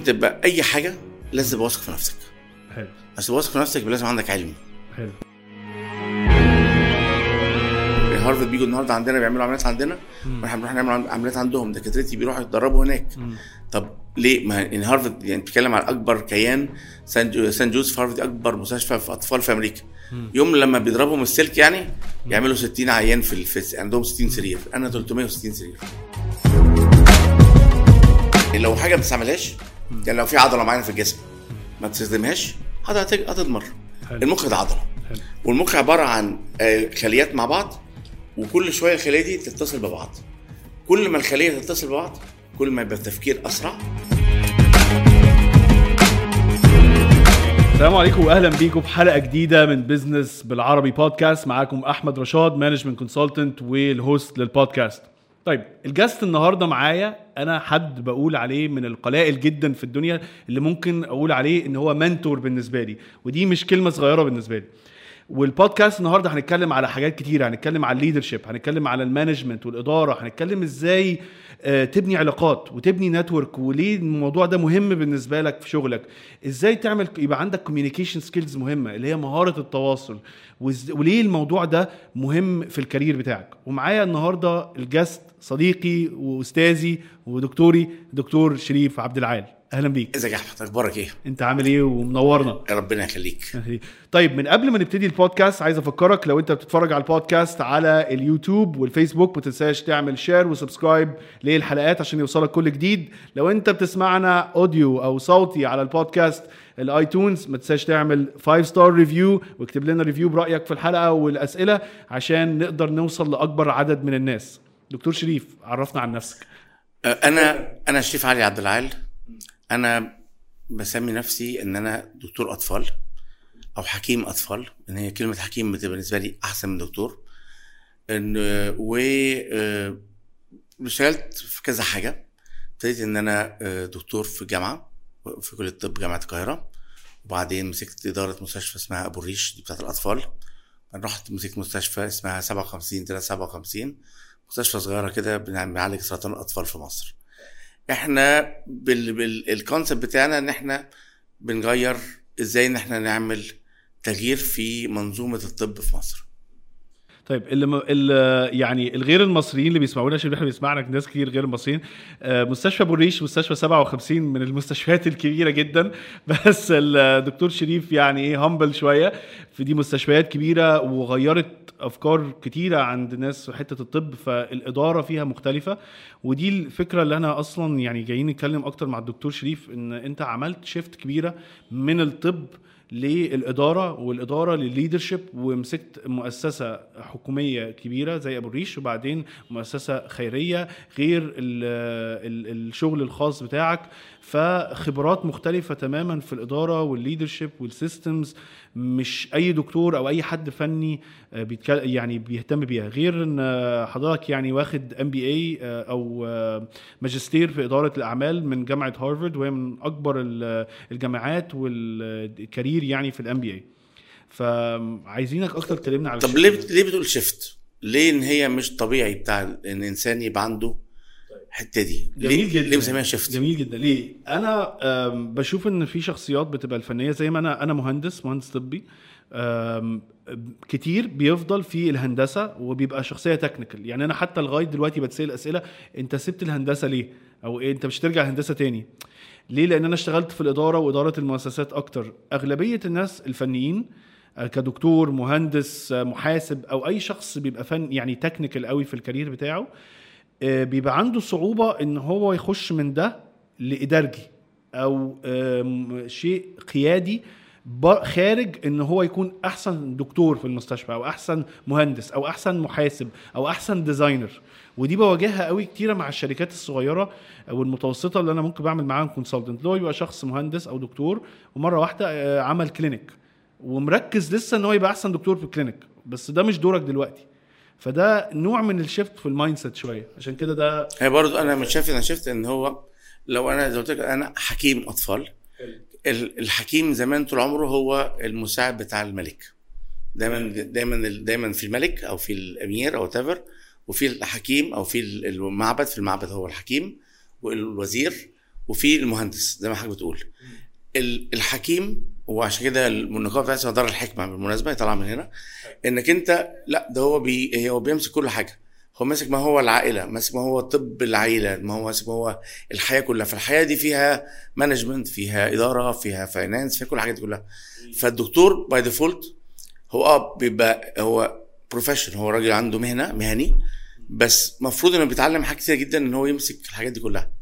تبقى اي حاجه لازم تبقى واثق في نفسك. حلو. بس واثق في نفسك لازم عندك علم. حلو. هارفارد بيجوا النهارده عندنا بيعملوا عمليات عندنا، واحنا بنروح نعمل عمليات عندهم. دكاترتي بيروحوا يتدربوا هناك. طب ليه؟ ما ان هارفارد يعني بتتكلم على اكبر كيان، سان جوزيف هارفارد اكبر مستشفى في اطفال في امريكا. يوم لما بيضربهم السلك يعني يعملوا 60 عيان في عندهم 60 سرير، انا 360 سرير. لو حاجه ما بتستعملهاش، يعني لو في عضله معينه في الجسم ما بتستخدمهاش هتضمر. المخ ده عضله، والمخ عباره عن خليات مع بعض، وكل شويه الخليه دي تتصل ببعض. كل ما الخليه تتصل ببعض كل ما يبقى التفكير اسرع. السلام عليكم واهلا بيكم في حلقه جديده من بيزنس بالعربي بودكاست. معاكم احمد رشاد، مانجمنت كونسلتنت والهوست للبودكاست. طيب الجاست النهارده معايا انا حد بقول عليه من القلائل جدا في الدنيا اللي ممكن اقول عليه ان هو منتور بالنسبه لي، ودي مش كلمه صغيره بالنسبه لي. والبودكاست النهارده هنتكلم على حاجات كتير، هنتكلم على الليدرشيب، هنتكلم على المانجمنت والاداره، هنتكلم ازاي تبني علاقات وتبني نتورك، وليه الموضوع ده مهم بالنسبه لك في شغلك، ازاي تعمل يبقى عندك كوميونيكيشن سكيلز مهمه اللي هي مهاره التواصل، وليه الموضوع ده مهم في الكارير بتاعك. ومعايا النهارده الجاست صديقي واستاذي ودكتوري دكتور شريف عبد العال. اهلا بيك. ازيك يا احمد؟ اخبارك ايه؟ انت عامل ايه ومنورنا؟ ربنا يخليك. طيب من قبل ما نبتدي البودكاست عايز افكرك لو انت بتتفرج على البودكاست على اليوتيوب والفيسبوك ما تنساش تعمل شير وسبسكرايب للحلقات عشان يوصلك كل جديد. لو انت بتسمعنا اوديو او صوتي على البودكاست الايتونز ما تنساش تعمل 5 ستار ريفيو واكتب لنا ريفيو برايك في الحلقه والاسئله عشان نقدر نوصل لاكبر عدد من الناس. دكتور شريف عرفنا عن نفسك. انا شريف علي عبد العال. انا بسمي نفسي ان انا دكتور اطفال او حكيم اطفال، ان هي كلمه حكيم بتبقى بالنسبه لي احسن من دكتور. اشتغلت في كذا حاجه. ابتديت ان انا دكتور في جامعه في كليه الطب جامعه القاهره، وبعدين مسكت اداره مستشفى اسمها ابو الريش دي بتاعه الاطفال. رحت مسكت مستشفى اسمها 57 مستشفى صغيره كده بنعالج سرطان الاطفال في مصر. احنا بالكونسبت بتاعنا ان احنا بنغير ازاي ان احنا نعمل تغيير في منظومة الطب في مصر. طيب يعني الغير المصريين اللي بيسمعونا، عشان احنا بيسمعنا ناس كتير غير المصريين، مستشفى ابو الريش مستشفى 57 من المستشفيات الكبيره جدا، بس الدكتور شريف يعني ايه همبل شويه في دي مستشفيات كبيره وغيرت افكار كتيره عند الناس في حته الطب، فالاداره فيها مختلفه. ودي الفكره اللي انا اصلا يعني جايين نتكلم اكتر مع الدكتور شريف، ان انت عملت شيفت كبيره من الطب للإدارة والإدارة للليدرشيب، ومسكت مؤسسة حكومية كبيرة زي أبو الريش، وبعدين مؤسسة خيرية غير الشغل الخاص بتاعك. فخبرات مختلفة تماما في الإدارة والليدرشيب والسيستمز، مش أي دكتور أو أي حد فني يعني بيهتم بيها، غير أن حضرتك يعني واخد MBA أو ماجستير في إدارة الأعمال من جامعة هارفارد، وهي من أكبر الجامعات والكارير يعني في الMBA. فعايزينك أكتر تكلمنا على طب ليه بتقول شيفت؟ ليه إن هي مش طبيعي بتاع إن إنسان يبقى عنده حتة دي؟ جميل جدا. ليه مسميها شيفت؟ جميل جدا. ليه؟ أنا بشوف إن في شخصيات بتبقى الفنية، زي ما أنا مهندس طبي، كتير بيفضل في الهندسة وبيبقى شخصية تكنيكال. يعني أنا حتى لغاية دلوقتي بتسأل أسئلة، أنت سبت الهندسة ليه؟ أو أنت مش ترجع الهندسة تاني ليه؟ لأن أنا اشتغلت في الإدارة وإدارة المؤسسات أكتر. أغلبية الناس الفنيين كدكتور، مهندس، محاسب، أو أي شخص بيبقى فن يعني تكنيكال قوي في الكارير بتاعه، بيبقى عنده صعوبة إن هو يخش من ده لإدارجي أو شيء قيادي خارج ان هو يكون احسن دكتور في المستشفى او احسن مهندس او احسن محاسب او احسن ديزاينر. ودي بواجهها قوي كتيره مع الشركات الصغيره او المتوسطه اللي انا ممكن بعمل معاهم كونسلتنت، اللي هو يبقى شخص مهندس او دكتور ومره واحده عمل كلينيك ومركز لسه ان هو يبقى احسن دكتور في الكلينيك، بس ده مش دورك دلوقتي. فده نوع من الشيفت في المايند سيت شويه. عشان كده ده هي برضو انا مش شايف، انا شفت ان هو لو انا زي ما قلت لك انا حكيم اطفال. الحكيم زمان طول عمره هو المساعد بتاع الملك، دايما في الملك او في الامير او تافر، وفي الحكيم او في المعبد. في المعبد هو الحكيم والوزير، وفي المهندس زي ما حضرتك بتقول. الحكيم، وعشان كده النقابه بتاعت اسمها دار الحكمه بالمناسبه طالعه من هنا، انك انت لا ده هو بيمسك كل حاجه. هو ماسك ما هو العائله، ماسك ما هو طب العائله، ما هو ماسك ما هو الحياه كلها. فالحياه دي فيها مانجمنت، فيها اداره، فيها فاينانس، فيها كل الحاجات دي كلها. فالدكتور باي ديفولت هو بيبقى هو بروفيشن، هو راجل عنده مهني، بس مفروض انه بيتعلم حاجات كتير جدا ان هو يمسك الحاجات دي كلها.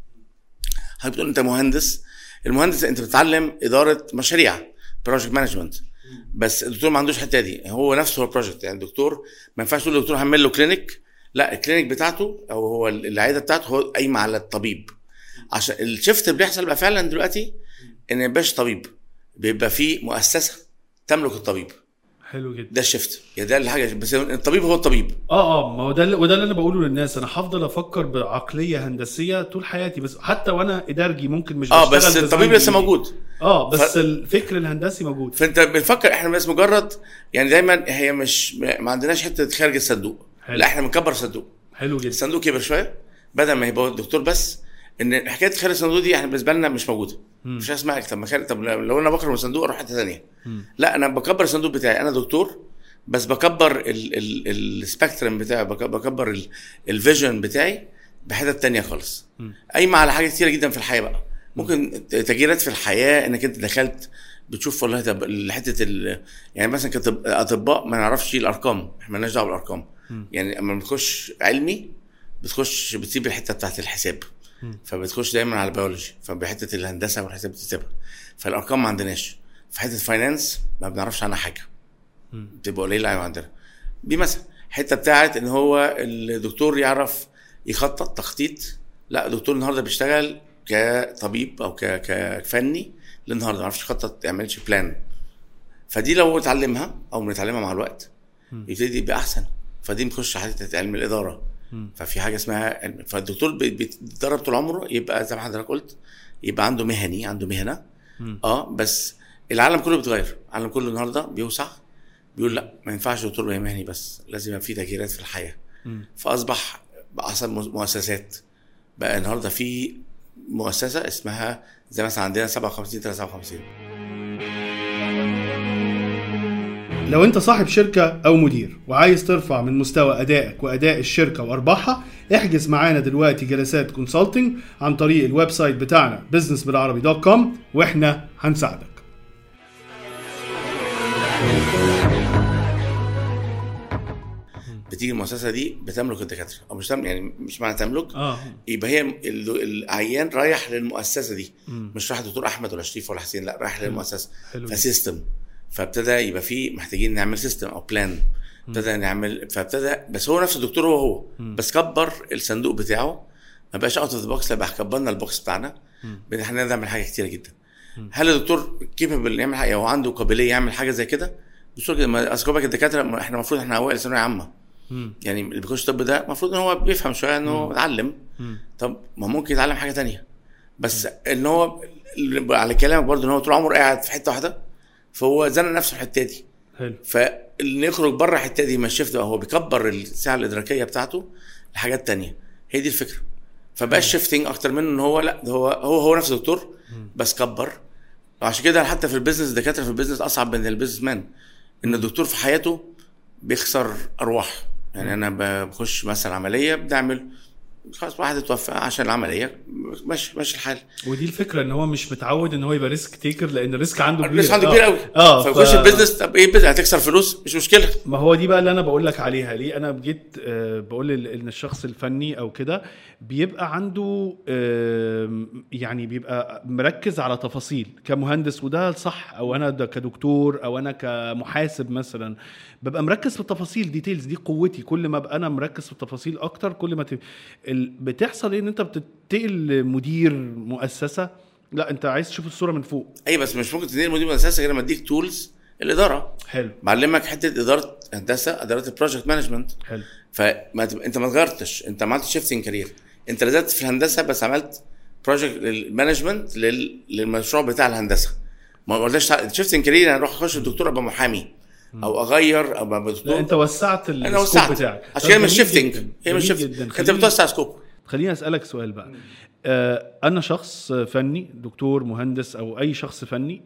حضرتك بتقول انت مهندس، المهندس انت بتتعلم اداره مشاريع، بروجكت مانجمنت، بس الدكتور ما عندوش الحته دي، هو نفسه هو بروجكت. يعني الدكتور ما ينفعش تقول للدكتور هعمل له كلينيك، لا الكلينيك بتاعته او هو العياده بتاعته هو قايمه على الطبيب. عشان الشفت اللي بيحصل بقى فعلا دلوقتي ان ما يبقاش طبيب، بيبقى في مؤسسه تملك الطبيب. حلو جدا. ده الشفت، يا ده الحاجه، بس الطبيب هو الطبيب. ما هو ده وده اللي انا بقوله للناس. انا هفضل افكر بعقليه هندسيه طول حياتي، بس حتى وانا ادارجي ممكن مش بشتغل، بس الطبيب لسه موجود. بس الفكر الهندسي موجود. فانت بنفكر احنا بس مجرد، يعني دايما هي مش ما عندناش حته خارج الصندوق. لا احنا بنكبر الصندوق. حلو جدا. الصندوق كبر شويه، بدل ما يبقى الدكتور بس، ان حكايه خارج الصندوق دي احنا بالنسبه لنا مش موجوده. مش اسمها طب لو انا بكبر من الصندوق اروح حته ثانيه. لا انا بكبر الصندوق بتاعي، انا دكتور بس بكبر السبيكترم بتاعي، بكبر الفيجن بتاعي بحتت تانية خالص. قايمه على حاجات كتيره جدا في الحياه بقى. ممكن تغييرات في الحياه، انك انت دخلت بتشوف والله طب حته يعني مثلا كاطباء ما نعرفش الارقام، احنا مالناش دعوه بالارقام. يعني اما بتخش علمي بتخش بتسيب الحته بتاعت الحساب، فبتخش دايما على البيولوجي، فبحته الهندسه والحساب بتسيبها. فالارقام ما عندناش. في حته فاينانس ما بنعرفش عنها حاجه، بتبقى قليله قوي عندنا. دي مثلا حته بتاعت ان هو الدكتور يعرف يخطط تخطيط. لا الدكتور النهارده بيشتغل كطبيب او كفني، النهارده ما يعرفش يخطط، يعملش بلان. فدي لو اتعلمها او بنتعلمها مع الوقت يبتدي يبقى احسن. فدي بنخش حته علم الاداره. ففي حاجه اسمها، فالدكتور بيتدرب طول عمره يبقى زي ما حضرتك قلت، يبقى عنده مهنه. بس العالم كله بيتغير، العالم كله النهارده بيوسع، بيقول لا ما ينفعش دكتور يبقى مهني بس، لازم يبقى في تغييرات في الحياه. فاصبح احسن مؤسسات بقى. النهارده في مؤسسه اسمها زي مثلا عندنا 57 لو انت صاحب شركة او مدير وعايز ترفع من مستوى ادائك واداء الشركة وارباحها، احجز معانا دلوقتي جلسات كونسلتنج عن طريق الويب سايت بتاعنا businessbilarabi.com واحنا هنساعدك. بتيجي المؤسسه دي بتملك الدكاتره او مش يعني مش معنى تملك يبقى هي العيان رايح للمؤسسه دي، مش رايح دكتور احمد ولا شريف ولا حسين، لا رايح للمؤسسه. فسيستم، فابتدى يبقى فيه محتاجين نعمل سيستم او بلان، ابتدى نعمل، فابتدى بس هو نفس الدكتور هو بس كبر الصندوق بتاعه، ما بقاش اوت اوف ذا بوكس، لا بقى كبرنا البوكس بتاعنا. احنا نعمل حاجه كتيره جدا. هل الدكتور كيبل يعمل حاجه او عنده قابليه يعمل حاجه زي كده؟ بصوا كده اسكوبك الدكاتره احنا المفروض احنا اوائل ثانويه عامه، يعني اللي بيخش طب ده المفروض ان هو بيفهم شويه انه يتعلم. طب ما ممكن يتعلم حاجه تانية، بس ان هو على كلامك برضه ان هو طول عمره قاعد في حته واحده، فهو زنق نفسه في الحته دي. حلو. فاللي يخرج بره الحته دي ما الشفت هو بيكبر الساعه الادراكيه بتاعته لحاجات تانية. هي دي الفكره. فبقى الشيفتنج اكتر منه ان هو لا ده هو نفس الدكتور بس كبر. عشان كده حتى في البيزنس دكاتره في البيزنس اصعب من البيزنس مان، ان الدكتور في حياته بيخسر ارواح. يعني انا بخش مثلا عمليه بنعمل خلاص واحد اتوفى عشان العمليه، ماشي الحال. ودي الفكره ان هو مش متعود ان هو يبقى ريسك تيكر، لان الريسك عنده كبير. الريسك عنده كبير قوي. فيخش البيزنس، طب ايه البيزنس هتخسر فلوس مش مشكله. ما هو دي بقى اللي انا بقول لك عليها. ليه انا جيت بقول ان الشخص الفني او كده بيبقى عنده يعني بيبقى مركز على تفاصيل كمهندس، وده صح، او انا كدكتور او انا كمحاسب مثلا ببقى مركز في التفاصيل، ديتيلز دي قوتي. كل ما ابقى انا مركز في التفاصيل اكتر كل ما بتحصل ايه ان انت بتنتقل مدير مؤسسه، لا انت عايز تشوف الصوره من فوق. بس مش ممكن تنتقل مدير مؤسسه غير ما اديك تولز الاداره. حلو. معلمك حته اداره هندسه، اداره البروجكت مانجمنت. حلو. انت ما اتغيرتش، انت ما عملتش شيفتنج كارير، انت لازلت في الهندسه بس عملت بروجكت مانجمنت للمشروع بتاع الهندسه. ما قلتش شيفتنج كارير انا اروح اخش الدكتور ابقى محامي او اغير او ابقى دكتور. انت وسعت السكوب بتاعك عشان كده مش شيفتنج، هي مش شيفتنج، انت بتوسع سكوب. خليني اسالك سؤال بقى. انا شخص فني، دكتور، مهندس، او اي شخص فني،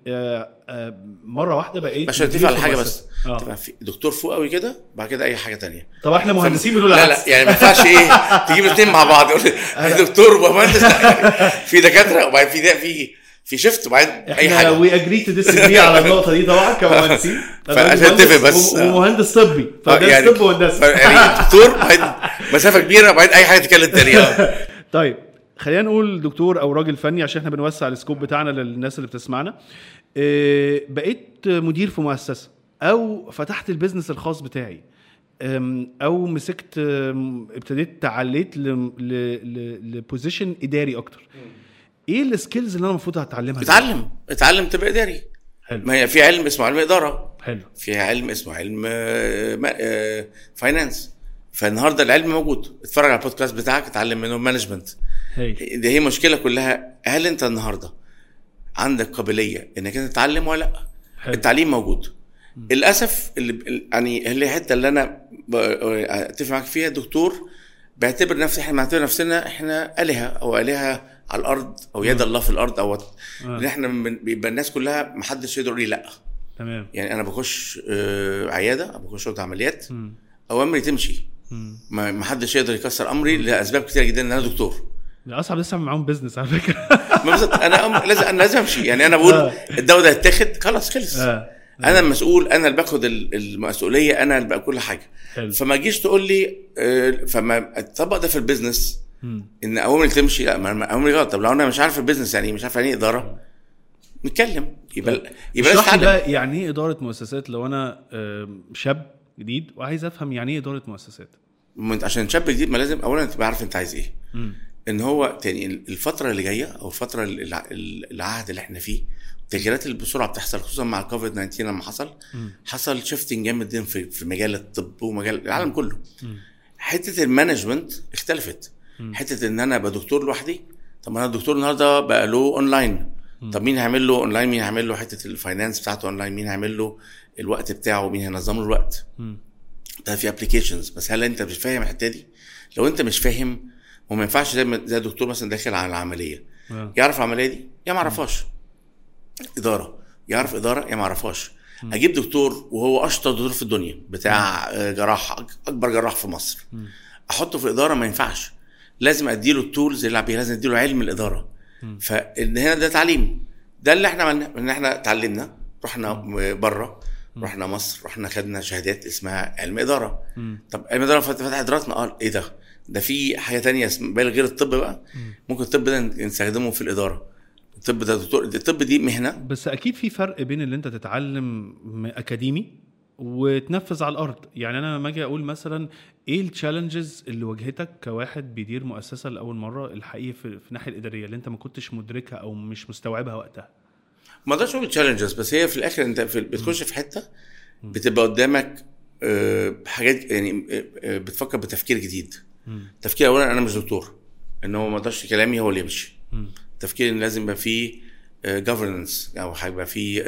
مره واحده بقيت عشان تفهم على حاجه بس تبقى في دكتور فوق قوي كده، بعد كده اي حاجه تانية. طب احنا مهندسين بنقول لا يعني ما ينفعش تجيب الاثنين مع بعض دكتور ومهندس. في دكاتره وبعد في شيفت وبعد اي حاجه. وي اجري تو ديسجري على النقطه دي طبعا كمهندسين. عشان تفهم بس ومهندس طبي، فده يعني طب وهندسه يعني دكتور بعد مسافه كبيره وبعد اي حاجه تتكلم تانية. طيب خلينا نقول دكتور او راجل فني عشان احنا بنوسع السكوب بتاعنا للناس اللي بتسمعنا. بقيت مدير في مؤسسه، او فتحت البيزنس الخاص بتاعي، او مسكت ابتديت تعليت لبوزيشن اداري اكتر. ايه السكيلز اللي انا المفروض اتعلمها؟ اتعلم تبقى اداري. حلو. ما هي في علم اسمه علم اداره، حلو. في علم اسمه علم فاينانس. فالنهارده العلم موجود، اتفرج على البودكاست بتاعك اتعلم منه مانجمنت. دي هي مشكله كلها، هل انت النهارده عندك قابليه انك انت تتعلم ولا لا؟ حلو. التعليم موجود. للاسف يعني اللي الحته اللي انا اتفق معاك فيها دكتور بيعتبر نفسه، احنا بنعتبر نفسنا احنا الهه او الهه على الارض او يد الله في الارض او ان احنا بيبقى الناس كلها محدش يقدر يقول لا. تمام. يعني انا بخش عياده، بخش اوضه عمليات، اوامري تمشي، ما حدش يقدر يكسر امري لاسباب كتير جدا. ان انا دكتور الاصعب لسه معاهم بزنس على فكره. انا لازم امشي. يعني انا بقول الدواء ده يتاخد خلص. انا المسؤول، انا اللي باخد المسؤوليه، انا اللي بقى كل حاجه. حلو. فما جيش تقول لي فما اطبق ده في البيزنس ان اوامري تمشي. لا، اوامري غلط. طب لو انا مش عارف البيزنس يعني مش عارف يعني ايه اداره، نتكلم. يبقى يعني ايه اداره مؤسسات؟ لو انا شاب جديد وعايز افهم يعني ايه اداره مؤسسات. عشان شاب جديد ما لازم اولا تبقى عارف انت عايز ايه. ان هو تاني الفتره اللي جايه او الفتره العهد اللي احنا فيه، التغييرات اللي بسرعه بتحصل خصوصا مع الكوفيد 19 لما حصل شيفتنج جامد جدا في مجال الطب ومجال العالم كله. حته المانجمنت اختلفت. حته ان انا ابقى دكتور لوحدي، طب انا الدكتور النهارده بقى له اونلاين، طب مين هيعمل له اونلاين؟ مين هيعمل له حته الفاينانس بتاعته اونلاين؟ مين هيعمل له الوقت بتاعه؟ مين هينظم له الوقت؟ ده في ابلكيشنز. بس هل انت مش فاهم الحته دي؟ لو انت مش فاهم، وما ينفعش زي الدكتور مثلا داخل على العمليه يعرف العمليه دي يا ما عرفهاش، اداره يعرف اداره يا ما عرفهاش. اجيب دكتور وهو اشطر دكتور في الدنيا بتاع جراحه، اكبر جراح في مصر، احطه في اداره؟ ما ينفعش. لازم اديله التولز اللي بيها، لازم اديله علم الاداره. فهنا ده تعليم. ده اللي احنا عملناه، ان احنا اتعلمنا، رحنا بره، رحنا مصر، رحنا خدنا شهادات اسمها علم اداره. طب علم اداره فتح اداراتنا. قال ايه ده في حاجه تانية غير الطب بقى. ممكن الطب ده نستخدمه في الاداره. الطب ده دكتور، الطب دي مهنه. بس اكيد في فرق بين اللي انت تتعلم اكاديمي وتنفذ على الارض. يعني انا لما اجي اقول مثلا ايه التشالنجز اللي واجهتك كواحد بيدير مؤسسه لاول مره الحقيقه في الناحيه الاداريه اللي انت ما كنتش مدركها او مش مستوعبها وقتها؟ ما ده شغل تشالنجز، بس هي في الاخر انت بتخش في حته بتبقى قدامك حاجات، يعني بتفكر بتفكير جديد. تفكير اولا انا مش دكتور، ان هو ما اقدرش كلامي هو اللي يمشي. تفكير ان لازم يبقى فيه governance او هيبقى فيه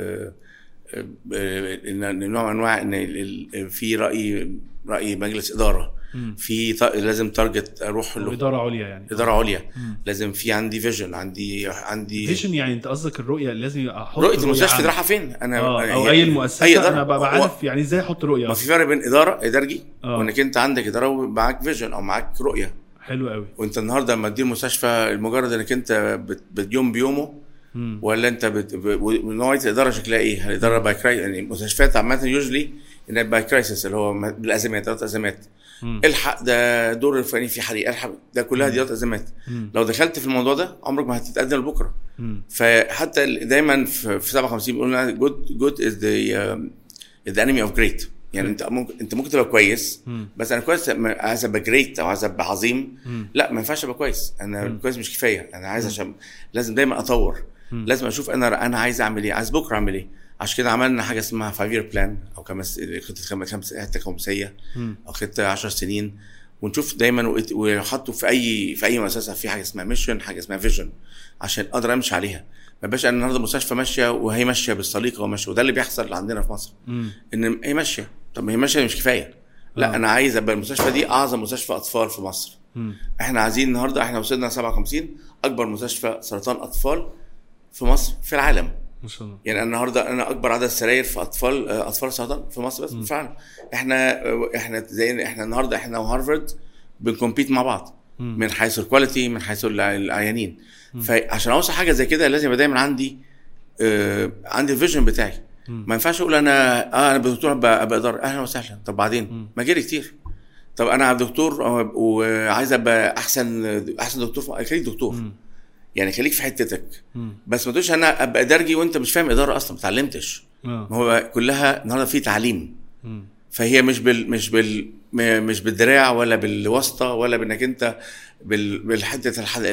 نوع من انواع ان في راي مجلس اداره، في لازم تارجت اروح له اداره عليا. يعني اداره عليا لازم في عندي فيجن، عندي فيجن. يعني انت قصدك الرؤيه، لازم احط رؤيه المستشفى رايحه فين. انا او اي المؤسسه انا ببقى عارف يعني ازاي احط رؤيه. ما في فرق بين ادارجي وانك انت عندك اداره ومعاك فيجن او معاك رؤيه. حلو قوي. وانت النهارده لما تدير مستشفى المجرد انك انت بيوم بيومه، ولا انت نوعيه الاداره شكلها ايه؟ الاداره باي كرايسيس. يعني المستشفيات عامه يوجلي ان باي كرايسيس اللي هو بالازمات، ثلاث ازمات. الحق ده دور الفني في حريق، الحق ده كلها ديات ازمات. لو دخلت في الموضوع ده عمرك ما هتتقدم لبكره. فحتى دايما في 57 بيقولوا جود از ذا انمي اوف جريت. يعني انت ممكن تبقى كويس، بس انا كويس عايز ابقى جريت او عايز ابقى عظيم. لا، ما ينفعش ابقى كويس. انا كويس مش كفايه، انا عايز عشان لازم دايما اطور. لازم اشوف انا عايز اعمل ايه، عايز بكره اعمل ايه. عشان كده عملنا حاجه اسمها 5 year plan او خطه خمسيه او خطه 10 سنين، ونشوف دايما ويحطوا في اي مؤسسه في حاجه اسمها ميشن، حاجه اسمها فيجن، عشان اقدر امشي عليها. ما بقاش انا النهارده مستشفى ماشيه وهي ماشيه بالسليقه وماشيه، وده اللي بيحصل عندنا في مصر. ان هي ماشيه، طب ما هي ماشيه مش كفايه. لا، انا عايز ابقى المستشفى دي اعظم مستشفى اطفال في مصر. احنا عايزين النهارده، احنا وصلنا 57 اكبر مستشفى سرطان اطفال في مصر في العالم ما شاء الله. يعني النهارده انا اكبر عدد سراير في اطفال سرطان في مصر بس في العالم. احنا زي احنا النهارده احنا وهارفارد بنكمبيت مع بعض من حيث الكواليتي، من حيث العيانين. فعشان اوصل حاجه زي كده لازم يبقى دايما عندي الفيجن بتاعي. ما ينفعش اقول انا دكتور ابقى اداره، اهلا وسهلا، طب بعدين ما جري كتير. طب انا دكتور وعايز ابقى احسن دكتور، خليك دكتور يعني خليك في حتتك. بس ما تقولش انا ابقى درجي وانت مش فاهم اداره اصلا، ما اتعلمتش. ما هو كلها النهارده في تعليم. فهي مش بالدراع ولا بالواسطه ولا بانك انت بالحته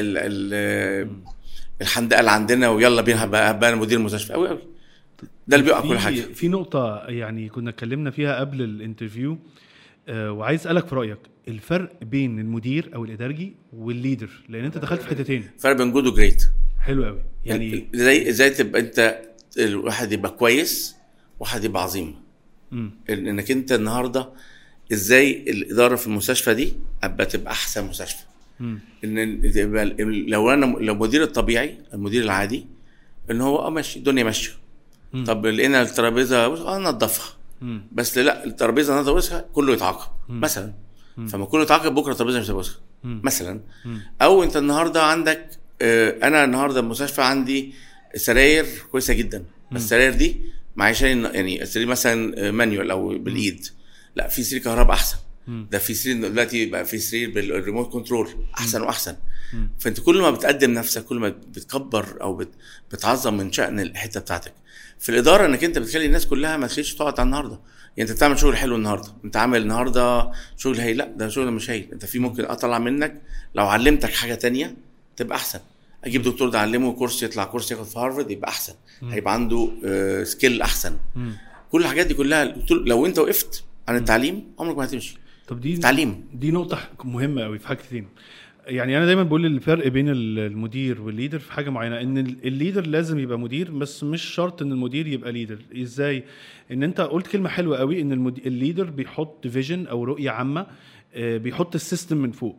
الحندقه اللي عندنا ويلا بينا هبقى مدير المستشفى قوي قوي. ده اللي بيقع كل حاجه. في نقطه يعني كنا اتكلمنا فيها قبل الانترفيو، وعايز اسالك في رايك الفرق بين المدير او الادارجي والليدر، لان انت دخلت في حتتين. فرق بين جود وجريت. حلو قوي. يعني ازاي تبقى انت الواحد يبقى كويس واحد يبقى عظيم. انك انت النهارده ازاي الاداره في المستشفى دي تبقى احسن مستشفى. ان لو مدير الطبيعي المدير العادي ان هو ماشي الدنيا ماشيه. طب لقينا الترابيزه ننضفها، بس لا الترابيزه ننضفها كله يتعاقب مثلا. فما كله يتعاقب بكره الترابيزه مش هتبقى مثلا. او انت النهارده عندك انا النهارده المستشفى عندي سراير كويسه جدا، بس السراير دي معيشان يعني سرير مثلا مانيوال او بالايد، لا في سرير كهرباء احسن. ده في سرير دلوقتي بقى في سرير بالريموت كنترول احسن واحسن. فانت كل ما بتقدم نفسك كل ما بتكبر او بتعظم من شأن الحته بتاعتك. في الاداره انك انت بتخلي الناس كلها ما تخليش تقعد على النهارده. يعني انت بتعمل شغل حلو النهارده، انت عامل النهارده شغل هايل، لا ده شغل مش هايل، انت في ممكن اطلع منك لو علمتك حاجه تانية تبقى احسن. اجيب دكتور ده علمه كورس، يطلع كورس ياخد في هارفارد يبقى احسن، هيبقى عنده سكيل احسن. كل الحاجات دي كلها لو انت وقفت عن التعليم عمرك ما هتمشي. طب دي تعليم دي نقطه مهمه قوي في حاجتين. يعني انا دايما بقول الفرق بين المدير والليدر في حاجه معينه، ان الليدر لازم يبقى مدير بس مش شرط ان المدير يبقى ليدر. ازاي؟ ان انت قلت كلمه حلوه قوي، ان الليدر بيحط فيجن او رؤيه عامه، بيحط السيستم من فوق،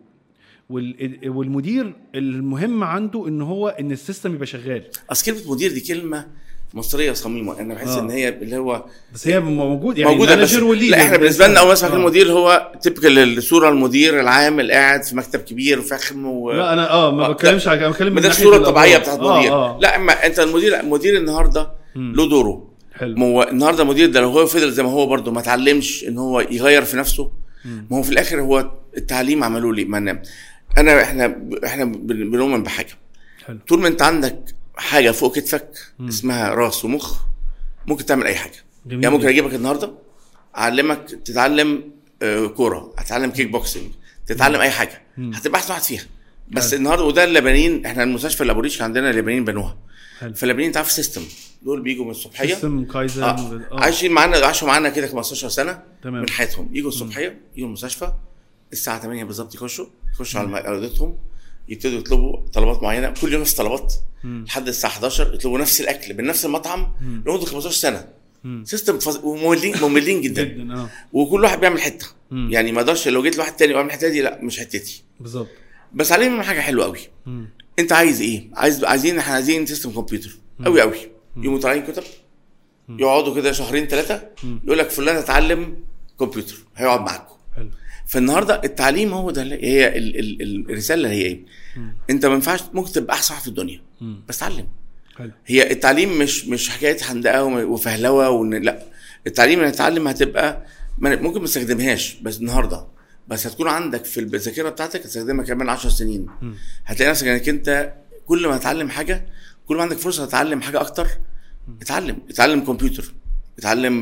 والمدير المهم عنده ان هو ان السيستم يبقى شغال. كلمه مدير دي كلمه مصريه صميمه، انا بحس ان هي اللي هو بس هي موجود يعني موجوده بس لا احنا بالنسبه لنا اول ما اسمع المدير هو تيبيكال الصوره المدير العام اللي قاعد في مكتب كبير وفخم لا انا ما بتكلمش على، انا بتكلم من الصوره الطبيعيه بتاعت المدير. لا اما انت المدير النهارده له دوره. النهارده المدير ده لو هو فضل زي ما هو برده ما اتعلمش ان هو يغير في نفسه، ما هو في الاخر هو التعليم عملوا لي ما احنا بنؤمن بحاجه. طول ما انت عندك حاجه فوق كتفك اسمها راس ومخ ممكن تعمل اي حاجه. يعني ممكن اجيبك النهارده اعلمك تتعلم كوره، هتتعلم كيك بوكسنج، تتعلم اي حاجه، هتبقى احسن واحد فيها. بس النهارده وده اللبنانيين، احنا المستشفى الابوريش عندنا اللبنانيين بنوها. فاللبنانيين تعرف سيستم، دول بيجوا من الصبحيه سيستم كايزن عاشوا معانا كده 15 سنه تمام. من حياتهم يجوا الصبحيه، يجوا المستشفى الساعه 8 بالظبط، يخشوا على اوضتهم، يبتدوا يطلبوا طلبات معينه، كل يوم نفس طلبات لحد الساعه 11 يطلبوا نفس الاكل بنفس المطعم لمده 15 سنه. سيستم مملين جدا. وكل واحد بيعمل حته. يعني ما اقدرش لو جيت لواحد تاني واعمل الحته دي، لا مش حتتي بالظبط. بس عليهم حاجه حلوه قوي. انت عايز ايه؟ عايزين سيستم كمبيوتر قوي قوي. يوم طالعين كتب، يقعدوا كده شهرين 3 يقول لك فلان اتعلم كمبيوتر، هيقعد معاكم. فالنهارده التعليم هو ده هي الرساله اللي هي ايه؟ انت ما ينفعش ممكن تبقى احسن في الدنيا بس تعلم. هي التعليم مش حكايه حندقه وفهلوه لا، التعليم اللي هتتعلم هتبقى ممكن ما تستخدمهاش بس النهارده، بس هتكون عندك في الذاكره بتاعتك تستخدمها كمان 10 سنين. هتلاقي نفسك انك انت كل ما تتعلم حاجه كل ما عندك فرصه تتعلم حاجه اكتر. اتعلم كمبيوتر، اتعلم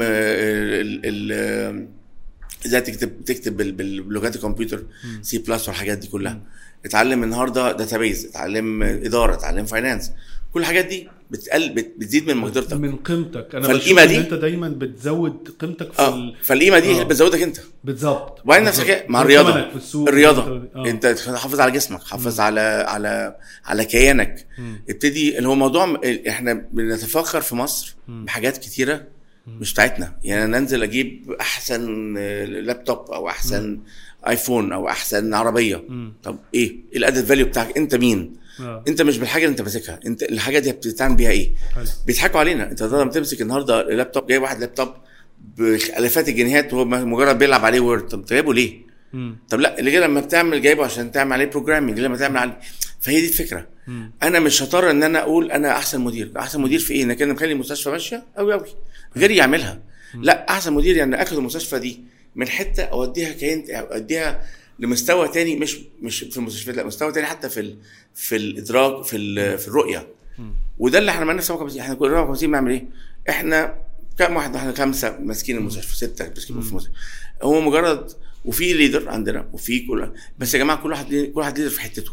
ازاي تكتب بلغات الكمبيوتر سي بلس والحاجات دي كلها. اتعلم النهارده داتابيز، اتعلم اداره، اتعلم فاينانس. كل الحاجات دي بتزيد من مقدرتك من قيمتك. انا بشوف ان انت دايما بتزود قيمتك في فالقيمه دي بتزودك انت بالظبط. وبعدين نفسك مع الرياضه انت تحافظ على جسمك، حافظ على كيانك. ابتدي اللي هو موضوع احنا بنتفاخر في مصر بحاجات كتيره مش بتاعتنا. يعني انا انزل اجيب احسن لابتوب او احسن ايفون او احسن عربيه. طب ايه الادد فاليو بتاعك؟ انت مين؟ انت مش بالحاجه اللي انت ماسكها، انت الحاجه دي بتتعمل بيها ايه؟ بيضحكوا علينا. انت لما تمسك النهارده لابتوب، جايب واحد لابتوب بالافات الجنيهات وهو مجرد بيلعب عليه وورد، طب جايبه ليه؟ طب لا، اللي لما بتعمل جايبه عشان تعمل عليه بروجرامينج، لما تعمل عليه. فهي دي الفكره. انا مش هضطر ان انا اقول انا احسن مدير. احسن مدير في ايه؟ انك انا مخلي المستشفى ماشيه قوي قوي غيري يعملها. لا، احسن مدير يعني اخد المستشفى دي من حته اوديها اوديها لمستوى تاني، مش في المستشفيات، لا مستوى تاني حتى في الادراك، في الرؤيه. وده اللي احنا عملناه في 57. احنا كنا 57 بنعمل ايه؟ احنا كم واحد؟ احنا 5 ماسكين المستشفى، 6 ماسكين في المستشفى. هو مجرد، وفي ليدر عندنا وفي كل، بس يا جماعه كل واحد ليدر في حتته.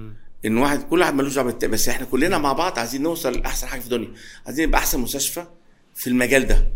ان كل واحد ملوش دعوه بس احنا كلنا مع بعض عايزين نوصل لاحسن حاجه في الدنيا، عايزين نبقى احسن مستشفى في المجال ده.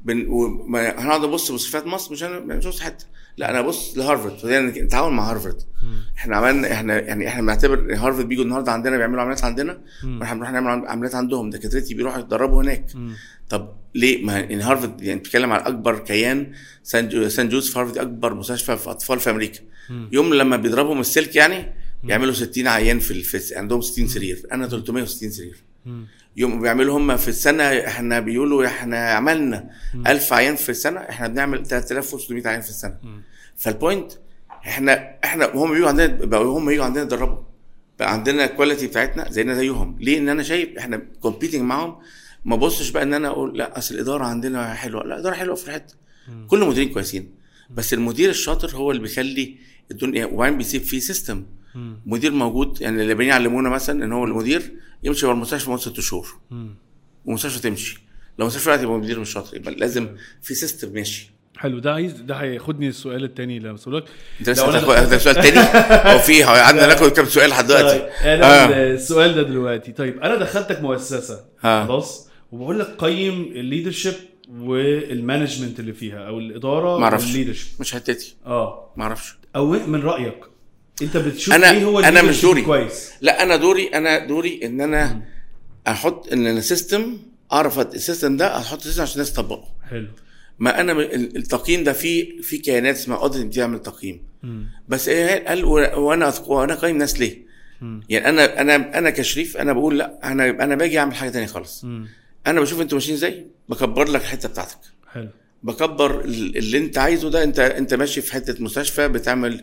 هنقعد نبص مستشفيات مصر، مش هنبص حته، لا انا ابص لهارفرد، نتعاون مع هارفرد. احنا عملنا، احنا بنعتبر هارفرد بيجوا النهارده عندنا بيعملوا عمليات عندنا، واحنا بنروح نعمل عمليات عندهم، دكاترتي بيروحوا يتدربوا هناك. طب ليه؟ ما ان هارفرد يعني بتتكلم على اكبر كيان، سان جوزيف هارفرد اكبر مستشفى في اطفال في امريكا. يوم لما بيضربهم السلك يعني يعملوا 60 عيان في عندهم 60 سرير، انا 360 سرير. يوم بيعملوا هم في السنه، احنا بيقولوا احنا عملنا 1000 عيان في السنه، احنا بنعمل 3600 عيان في السنه. فالبوينت احنا هم بيجوا عندنا يتدربوا، بقى عندنا الكواليتي بتاعتنا زينا زيهم. ليه؟ ان انا شايف احنا كومبيتنج معاهم. ما بصش بقى ان انا اقول لا اصل الاداره عندنا حلوه، لا الاداره حلوه في حته، كل المديرين كويسين، بس المدير الشاطر هو اللي بيخلي الدنيا، وبعدين بيسيب فيه سيستم. مدير موجود، يعني اللي بيعلمونا مثلا ان هو المدير يمشي ورا المستشفى مده 6 شهور والمستشفى تمشي. لو المستشفى دلوقتي يبقى مدير مش شاطر، يبقى لازم في سيستم ماشي. حلو. ده هياخدني السؤال الثاني اللي بسألك. انت لسه هتاخد السؤال الثاني؟ هو في عندنا ناخد كام سؤال لحد دلوقتي؟ طيب السؤال ده دلوقتي، طيب انا دخلتك مؤسسه خلاص وبقول لك قيم الليدرشيب والمانجمنت اللي فيها او الاداره والليدرشيب. مش حتتي. ما اعرفش. او من رايك انت بتشوف ايه هو انا مش دوري كويس؟ لا، انا دوري ان انا احط ان السيستم، اعرف السيستم ده، احط سيستم عشان الناس تطبقه. حلو. ما انا التقييم ده في كيانات اسمها اوديت بتعمل تقييم، بس ايه قال وانا قايم ناس ليه؟ يعني انا كشريف انا بقول لا، انا باجي اعمل حاجه تانية خالص. انا بشوف انتوا ماشيين ازاي، بكبر لك الحته بتاعتك. حلو. بكبر اللي انت عايزه ده. انت ماشي في حته مستشفى بتعمل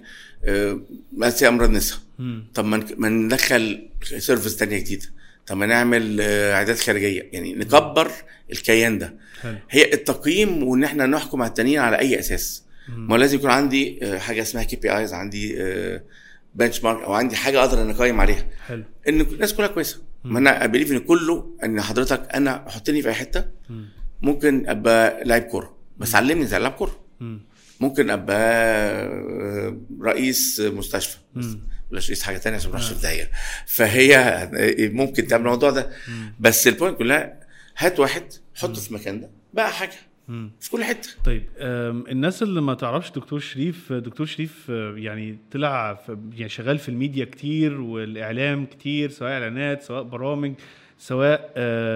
ماسي امراض نساء، طب ما ندخل سيرفيس تانية جديده، طب ما نعمل عيادات خارجيه، يعني نكبر الكيان ده. حلو. هي التقييم، وان احنا نحكم على التانيين على اي اساس. ما لازم يكون عندي حاجه اسمها KPIs، عندي بنش مارك، او عندي حاجه اقدر ان اقيم عليها. حلو. ان الناس كلها كويسه. ما انا بليف ان كله، ان حضرتك انا حطني في اي حته، ممكن ابقى لاعب كوره بس علمني ازاي العب كوره، ممكن ابقى رئيس مستشفى ولا رئيس حاجه تانية عشان ما اروحش في داهيه. فهي ممكن تعمل الموضوع ده، بس البوينت كلها هات واحد حطه في المكان ده بقى حاجه في كل حته. طيب الناس اللي ما تعرفش دكتور شريف يعني طلع يعني شغال في الميديا كتير والاعلام كتير، سواء اعلانات سواء برامج سواء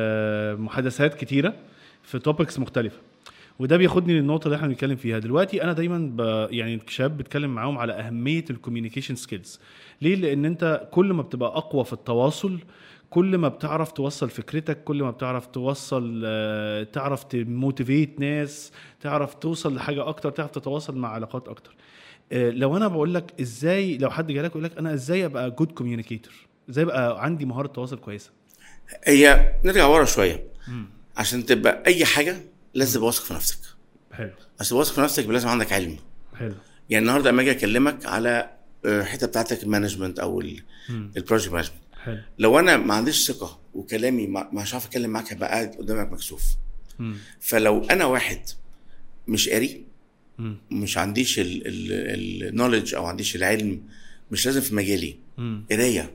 محادثات كتيره في توبكس مختلفه. وده بياخدني للنقطه اللي احنا بنتكلم فيها دلوقتي. انا دايما يعني الشباب بتكلم معاهم على اهميه الكوميونيكيشن سكيلز. ليه؟ لان انت كل ما بتبقى اقوى في التواصل، كل ما بتعرف توصل فكرتك، كل ما بتعرف توصل تعرف تموتيفيت ناس، تعرف توصل لحاجه اكتر، تعرف تتواصل مع علاقات اكتر. لو انا بقول لك ازاي، لو حد جالك يقول لك انا ازاي ابقى جود كوميونيكيتور، ازاي ابقى عندي مهاره تواصل كويسه، هي نرجع ورا شويه. عشان تبقى اي حاجه لازم تبقى واثق في نفسك. حلو. عشان واثق في نفسك لازم عندك علم. حلو. يعني النهارده لما اجي اكلمك على حته بتاعتك المانجمنت او البروجكت مانجمنت، لو انا ما عنديش ثقه وكلامي مش عارف اتكلم معاك، هبقى قاعد قدامك مكسوف. فلو انا واحد مش قاري، مش عنديش النوليدج او عنديش العلم، مش لازم في مجالي قرايه.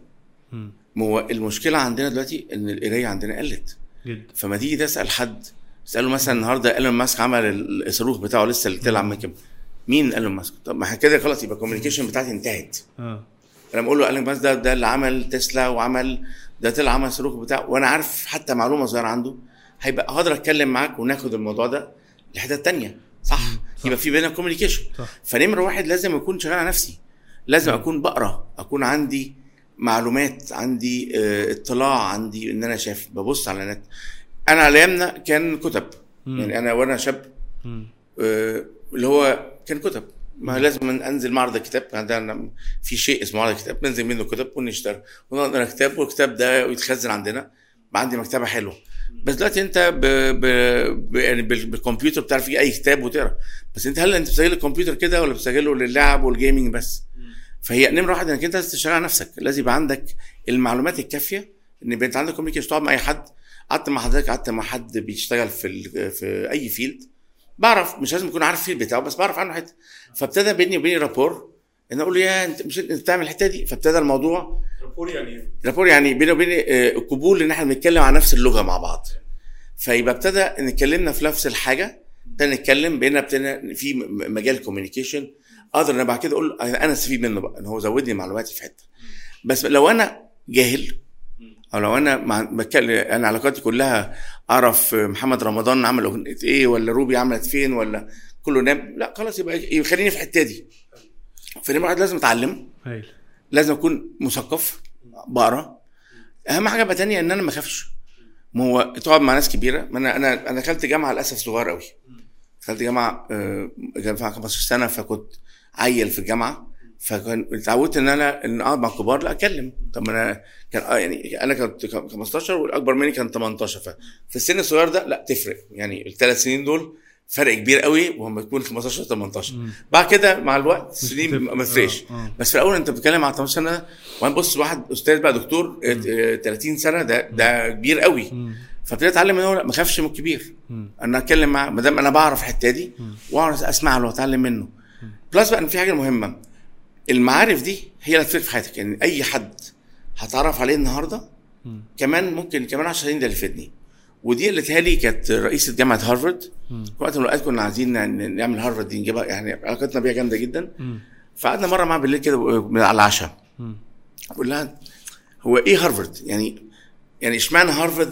المشكله عندنا دلوقتي ان القرايه عندنا قلت جدا. فما تيجي تسال حد، تساله مثلا النهارده ايلون ماسك عمل الصاروخ بتاعه لسه اللي طلع من كام، مين ايلون ماسك؟ طب ما كده خلاص يبقى الكوميونيكيشن بتاعتي انتهت. انا بقول له ايلون ماسك ده اللي عمل تسلا، وعمل ده طلع عمل الصاروخ بتاعه، وانا عارف حتى معلومه صغيره عنده، هيبقى هقدر اتكلم معاك وناخد الموضوع ده لحته تانية، صح؟ يبقى في بينا كوميونيكيشن. فنمره واحد لازم اكون شغال على نفسي، لازم اكون بقرا، اكون عندي معلومات، عندي اطلاع، عندي ان انا شايف ببص على النت. انا على ايامنا كان كتب، يعني انا وانا شاب اللي هو كان كتب، ما لازم انزل معرض الكتاب، عندنا في شيء اسمه معرض الكتاب، ننزل منه كتب ونشتري ونقرا كتاب، والكتاب ده يتخزن عندنا، عندي مكتبه حلوه. بس دلوقتي انت يعني بالكمبيوتر بتعرف فيه اي كتاب وتقرا، بس انت هل انت بتسجل الكمبيوتر كده ولا بتسجله للعب والجيمنج بس؟ فهي نمره واحد انك انت تشتغل على نفسك، لازم يبقى عندك المعلومات الكافيه ان يبقى انت عندك كوميونيكيشن، تقعد مع اي حد. قعدت مع حضرتك، قعدت مع حد بيشتغل في اي فيلد، بعرف، مش لازم يكون عارف الفيلد بتاعه بس بعرف عنه حته. فابتدى بيني وبيني رابور، ان اقول له يا انت مش انت بتعمل الحته دي. فابتدى الموضوع رابور يعني بيني وبيني قبول ان احنا بنتكلم عن نفس اللغه مع بعض. فيبقى ابتدى ان اتكلمنا في نفس الحاجه، ابتدى نتكلم بينا، ابتدى في مجال كوميونيكيشن اقدر انا بعد كده اقول انا استفيد منه بقى، ان هو زودني معلوماتي في حته. بس لو انا جاهل، او لو انا بتكلم انا علاقاتي كلها اعرف محمد رمضان عمل اغنيه ايه، ولا روبي عملت فين، ولا كله نام، لا خلاص يبقى يخليني في الحته دي. فنمرة واحد لازم اتعلم، لازم اكون مثقف، بقرا. اهم حاجه بقى تانية ان انا ما اخافش. ما هو تقعد مع ناس كبيره، ما انا دخلت جامعه للاسف صغير قوي، دخلت جامعه 15 سنه، فكنت عيل في الجامعه، فكان اتعودت ان اقعد مع الكبار، لا اتكلم. طب انا كان يعني انا كنت 15 والاكبر مني كان 18، ففي السن الصغير ده لا تفرق، يعني الثلاث سنين دول فرق كبير قوي، وهم يكون 15 18. بعد كده مع الوقت سنين ما تفرقش. بس في الاول انت بتتكلم على 18 سنه، وانا بص واحد استاذ بقى دكتور 30 سنه، ده كبير قوي. فابتديت اتعلم ان هو ما اخافش من الكبير، انا اتكلم معاه ما دام انا بعرف الحته دي، واعرف اسمع له واتعلم منه. بلس بقى ان في حاجه مهمه، المعارف دي هي اللي هتفرق في حياتك. يعني اي حد هتعرف عليه النهارده كمان ممكن كمان 10 سنين ده اللي يفيدني. ودي اللي تهالي كانت رئيسة جامعة هارفارد، وقت من الأوقات كنا عايزين نعمل هارفارد دي، نجيبها، يعني علاقتنا بيها جامدة جدا. فقعدنا مرة معاها بالليل كده على العشاء، بقول لها هو ايه هارفارد؟ يعني اشمعنى هارفارد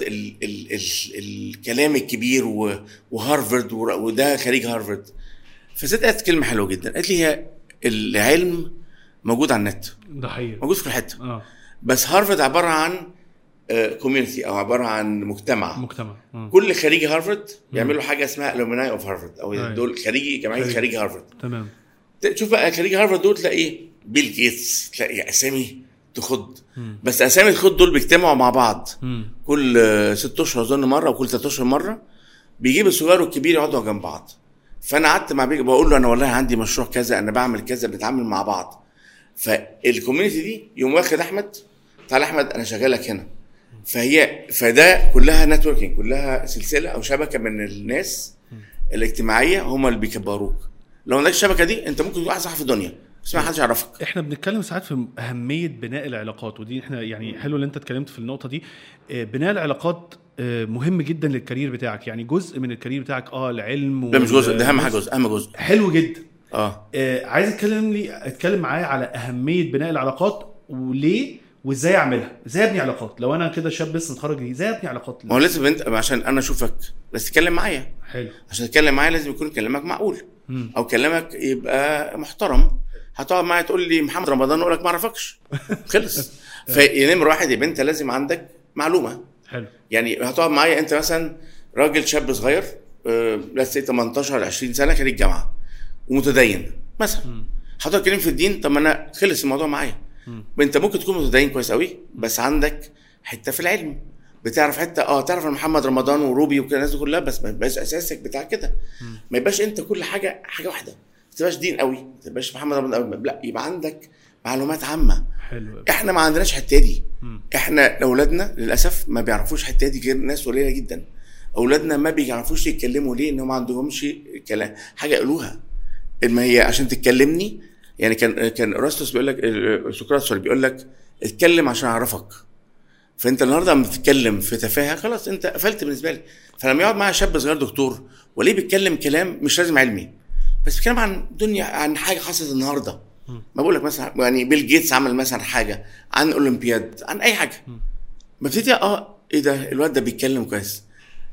الكلام الكبير وهارفارد وده خريج هارفارد؟ فزيت قالت كلمة حلوة جدا، قالت لي هي العلم موجود على النت، ده حقيقي، موجود في كل حتة. بس هارفارد عبارة عن كوميونتي، او عباره عن مجتمع. كل خريجي هارفارد بيعملوا حاجه اسمها الومناي اوف هارفارد، او دول خريجي جمعيه خريجي هارفارد. تمام. تشوف بقى خريجي هارفارد دول تلاقي بيل جيتس، تلاقي اسامي تخض. بس اسامي تخض دول بيجتمعوا مع بعض كل 6 اشهر اظن مره، وكل 3 اشهر مره بيجيب الصغير والكبير يقعدوا جنب بعض. فانا قعدت مع بيجي بقول له انا والله عندي مشروع كذا، انا بعمل كذا، بنتعامل مع بعض. فالكوميونتي دي يوم واخد احمد، تعالى احمد انا شغالك هنا. فده كلها نتوركينج، كلها سلسله او شبكه من الناس الاجتماعيه هم اللي بيكبروك. لو عندك الشبكه دي انت ممكن تبقى احسن في الدنيا بس ما حدش يعرفك. احنا بنتكلم ساعات في اهميه بناء العلاقات، ودي احنا يعني حلو اللي انت اتكلمت في النقطه دي. بناء العلاقات مهم جدا للكارير بتاعك، يعني جزء من الكارير بتاعك العلم. ده مش جزء، ده اهم حاجه، جزء اهم جزء. حلو جدا. عايز اتكلم معايا على اهميه بناء العلاقات، وليه وازاي اعملها، ازاي ابني علاقات. لو انا كده شاب لسه متخرج، ازاي ابني علاقات؟ ما هو لازم انت عشان انا اشوفك لازم تتكلم معايا. حلو. عشان تتكلم معايا لازم يكون كلامك معقول، او كلامك يبقى محترم. هتقعد معايا تقول لي محمد رمضان اقول لك ما اعرفكش، خلص. فنمره واحد يبقى انت لازم عندك معلومه. حلو. يعني هتقعد معايا انت مثلا راجل شاب صغير لسه 18 20 سنه خريج جامعه ومتدين مثلا، هتقعد تتكلم في الدين. طب ما انا خلص الموضوع معايا. انت ممكن تكون متدين كويس قوي بس عندك حته في العلم، بتعرف حته تعرف محمد رمضان وروبي وكل الناس دي كلها، بس ما يبقاش اساسك بتاع كده. ما يبقاش انت كل حاجه واحده، ما تبقاش دين قوي، ما تبقاش محمد رمضان قوي، لا يبقى عندك معلومات عامه. حلو. احنا ما عندناش حته دي. احنا اولادنا للاسف ما بيعرفوش حته دي غير ناس قليله جدا. اولادنا ما بيعرفوش يتكلموا ليه؟ انهم ما عندهمش كلام حاجه يقولوها. ما هي عشان تتكلمني، يعني كان ارسطو بيقول لك، سقراط بيقول لك اتكلم عشان اعرفك. فانت النهارده لما بتتكلم في تفاهه خلاص انت قفلت بالنسبه لي. فلما يقعد معايا شاب صغير دكتور وليه بيتكلم كلام مش لازم علمي، بس بيتكلم عن دنيا، عن حاجه حصلت النهارده. ما بقول لك مثلا يعني بيل جيتس عمل مثلا حاجه عن اولمبياد، عن اي حاجه، ببتدي ايه ده الواد ده بيتكلم كويس.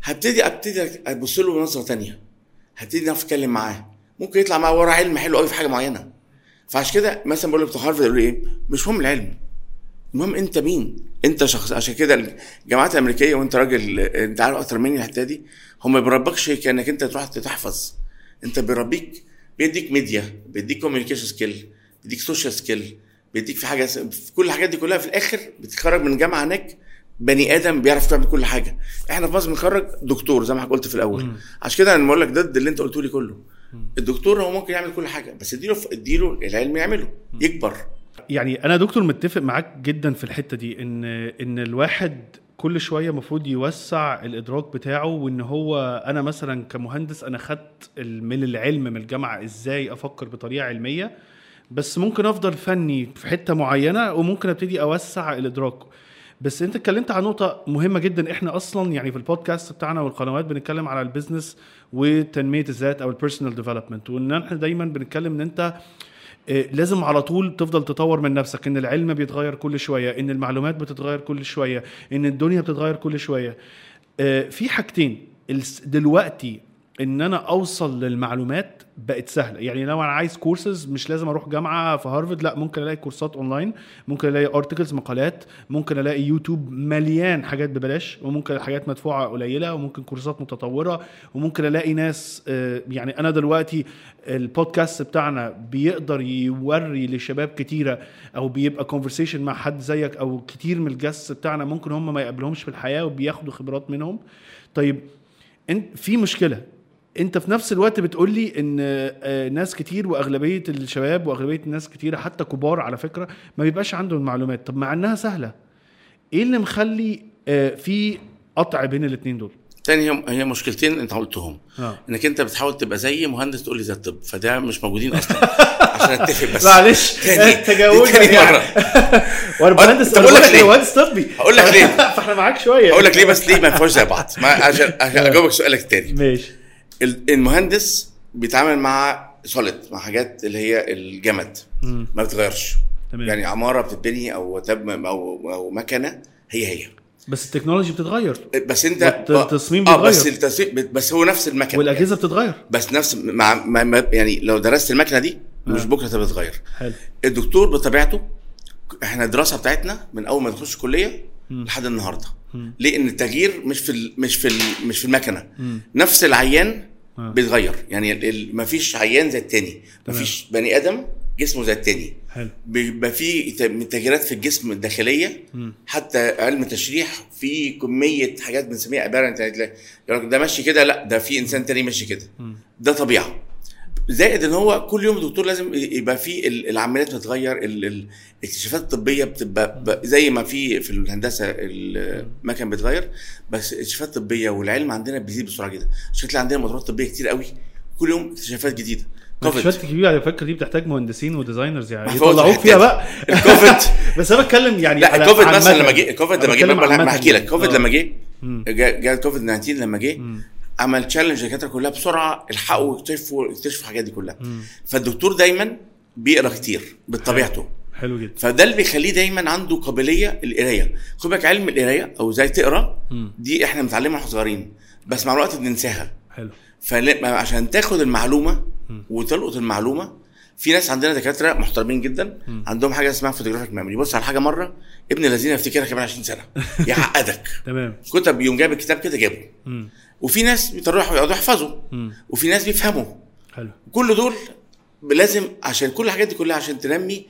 هبتدي ابص له بنظره تانية، هبتدي نعرف اتكلم معاه، ممكن يطلع معاه ورا علم حلو قوي في حاجه معينه. فعشان كده مثلا بقول لك بتوع هارفارد يقولوا ايه، مش مهم العلم، المهم انت مين، انت شخص. عشان كده الجامعات الامريكيه، وانت راجل انت عارف اكتر مني الحته دي، هم ما بيربكش كانك انت تروح تحفظ، انت بيربيك، بيديك ميديا، بيديك كوميونيكيشن سكيل، بيديك سوشيال سكيل، بيديك في حاجه، في كل الحاجات دي كلها في الاخر بتتخرج من الجامعه هناك بني ادم بيعرف يعمل كل حاجه. احنا في مصر بنخرج دكتور زي ما قلت في الاول. عشان كده انا بقول لك ضد اللي انت قلته لي كله. الدكتور هو ممكن يعمل كل حاجه، بس اديله العلم يعمله يكبر. يعني انا دكتور متفق معاك جدا في الحته دي، ان الواحد كل شويه مفروض يوسع الادراك بتاعه، وان هو انا مثلا كمهندس انا خدت من العلم من الجامعه ازاي افكر بطريقه علميه، بس ممكن افضل فني في حته معينه وممكن ابتدي اوسع الادراك. بس انت اتكلمت عن نقطه مهمه جدا. احنا اصلا يعني في البودكاست بتاعنا والقنوات بنتكلم على البيزنس وتنميه الذات او البيرسونال ديفلوبمنت، وان احنا دايما بنتكلم ان انت لازم على طول تفضل تطور من نفسك، ان العلم بيتغير كل شوية، ان المعلومات بتتغير كل شوية، ان الدنيا بتتغير كل شوية. في حاجتين دلوقتي، ان انا اوصل للمعلومات بقت سهلة. يعني لو انا عايز كورسز مش لازم اروح جامعة في هارفارد، لا ممكن الاقي كورسات اونلاين، ممكن الاقي ارتكلز مقالات، ممكن الاقي يوتيوب مليان حاجات ببلاش، وممكن حاجات مدفوعة قليلة، وممكن كورسات متطورة، وممكن الاقي ناس يعني انا دلوقتي البودكاست بتاعنا بيقدر يوري لشباب كتيرة، او بيبقى كونفرسيشن مع حد زيك، او كتير من الجاست بتاعنا ممكن هم ما يقابلهمش في الحياة وبياخدوا خبرات منهم. طيب في مشكلة، انت في نفس الوقت بتقول لي ان ناس كتير واغلبيه الشباب واغلبيه الناس كتيره حتى كبار على فكره ما بيبقاش عندهم المعلومات. طب مع انها سهله، ايه اللي مخلي في قطع بين الاثنين دول؟ تاني هي مشكلتين انت قلتهم. انك انت بتحاول تبقى زي مهندس تقول لي زي الطب، فده مش موجودين اصلا. عشان اتفق بس معلش تجاوزني يعني. وانا مهندس، بقول لك ليه مهندس طبي، هقول لك ليه فاحنا معاك شويه. هقول لك ليه، بس ليه ما ينفعش زي بعض، عشان اجاوبك سؤالك التاني. ماشي. المهندس بيتعامل مع سوليد، مع حاجات اللي هي الجمد ما بتغيرش. يعني عماره بتتبني او مكنه هي بس التكنولوجي بتتغير، بس انت التصميم بيتغير، بس التصميم بس هو نفس المكنه، والاجهزه بتتغير، بس نفس يعني لو درست المكنه دي مش بكره تتغير. حلو. الدكتور بطبيعته، احنا الدراسه بتاعتنا من اول ما تخش كليه لحد النهارده، ليه؟ ان التغيير مش في المكنه. نفس العيان بيتغير، يعني ما فيش عيان زي التاني، ما فيش بني ادم جسمه زي التاني. بيبقى في تغييرات في الجسم الداخليه. حتى علم التشريح في كميه حاجات بنسميها ابارنت، ده ماشي كده، لا ده في انسان تاني ماشي كده، ده طبيعه. زائد ان هو كل يوم الدكتور لازم يبقى في العمليات بتتغير، الاكتشافات الطبيه بتبقى زي ما في الهندسه المكن بتتغير، بس الاكتشافات الطبيه والعلم عندنا بيزيد بسرعه جدا. عشان كده عندنا موضوعات طبيه كتير قوي، كل يوم اكتشافات جديده. اكتشافات كبيره على فكره، دي بتحتاج مهندسين وديزاينرز يعني يطلعوك فيها بقى. الكوفيد بس انا بتكلم يعني لا على الكوفيد مثلا لما جه، الكوفيد لما جه بحكي لك، الكوفيد لما جه الكوفيد 19 لما جه عمل تشالنج الدكاتره كلها بسرعه، الحقوا يكتشفوا الحاجات دي كلها. فالدكتور دايما بيقرا كتير بطبيعته. حلو جدا. فده اللي بيخليه دايما عنده قابليه القرايه. خد بالك علم القرايه او ازاي تقرا دي احنا متعلمها واحنا صغيرين، بس مع الوقت بننساها. حلو. فعشان تاخد المعلومه وتلقط المعلومه، في ناس عندنا دكاتره محترمين جدا عندهم حاجه اسمها فوتوغرافيك ميموري. بص على حاجه مره ابن الذين يفتكرها كمان 20 سنه يعقدك. تمام. كتب يوم جاب الكتاب كده جابه. وفي ناس بيروحوا يقعدوا يحفظوا، وفي ناس بيفهموا. حلو. كل دول لازم، عشان كل الحاجات دي كلها عشان تنمي.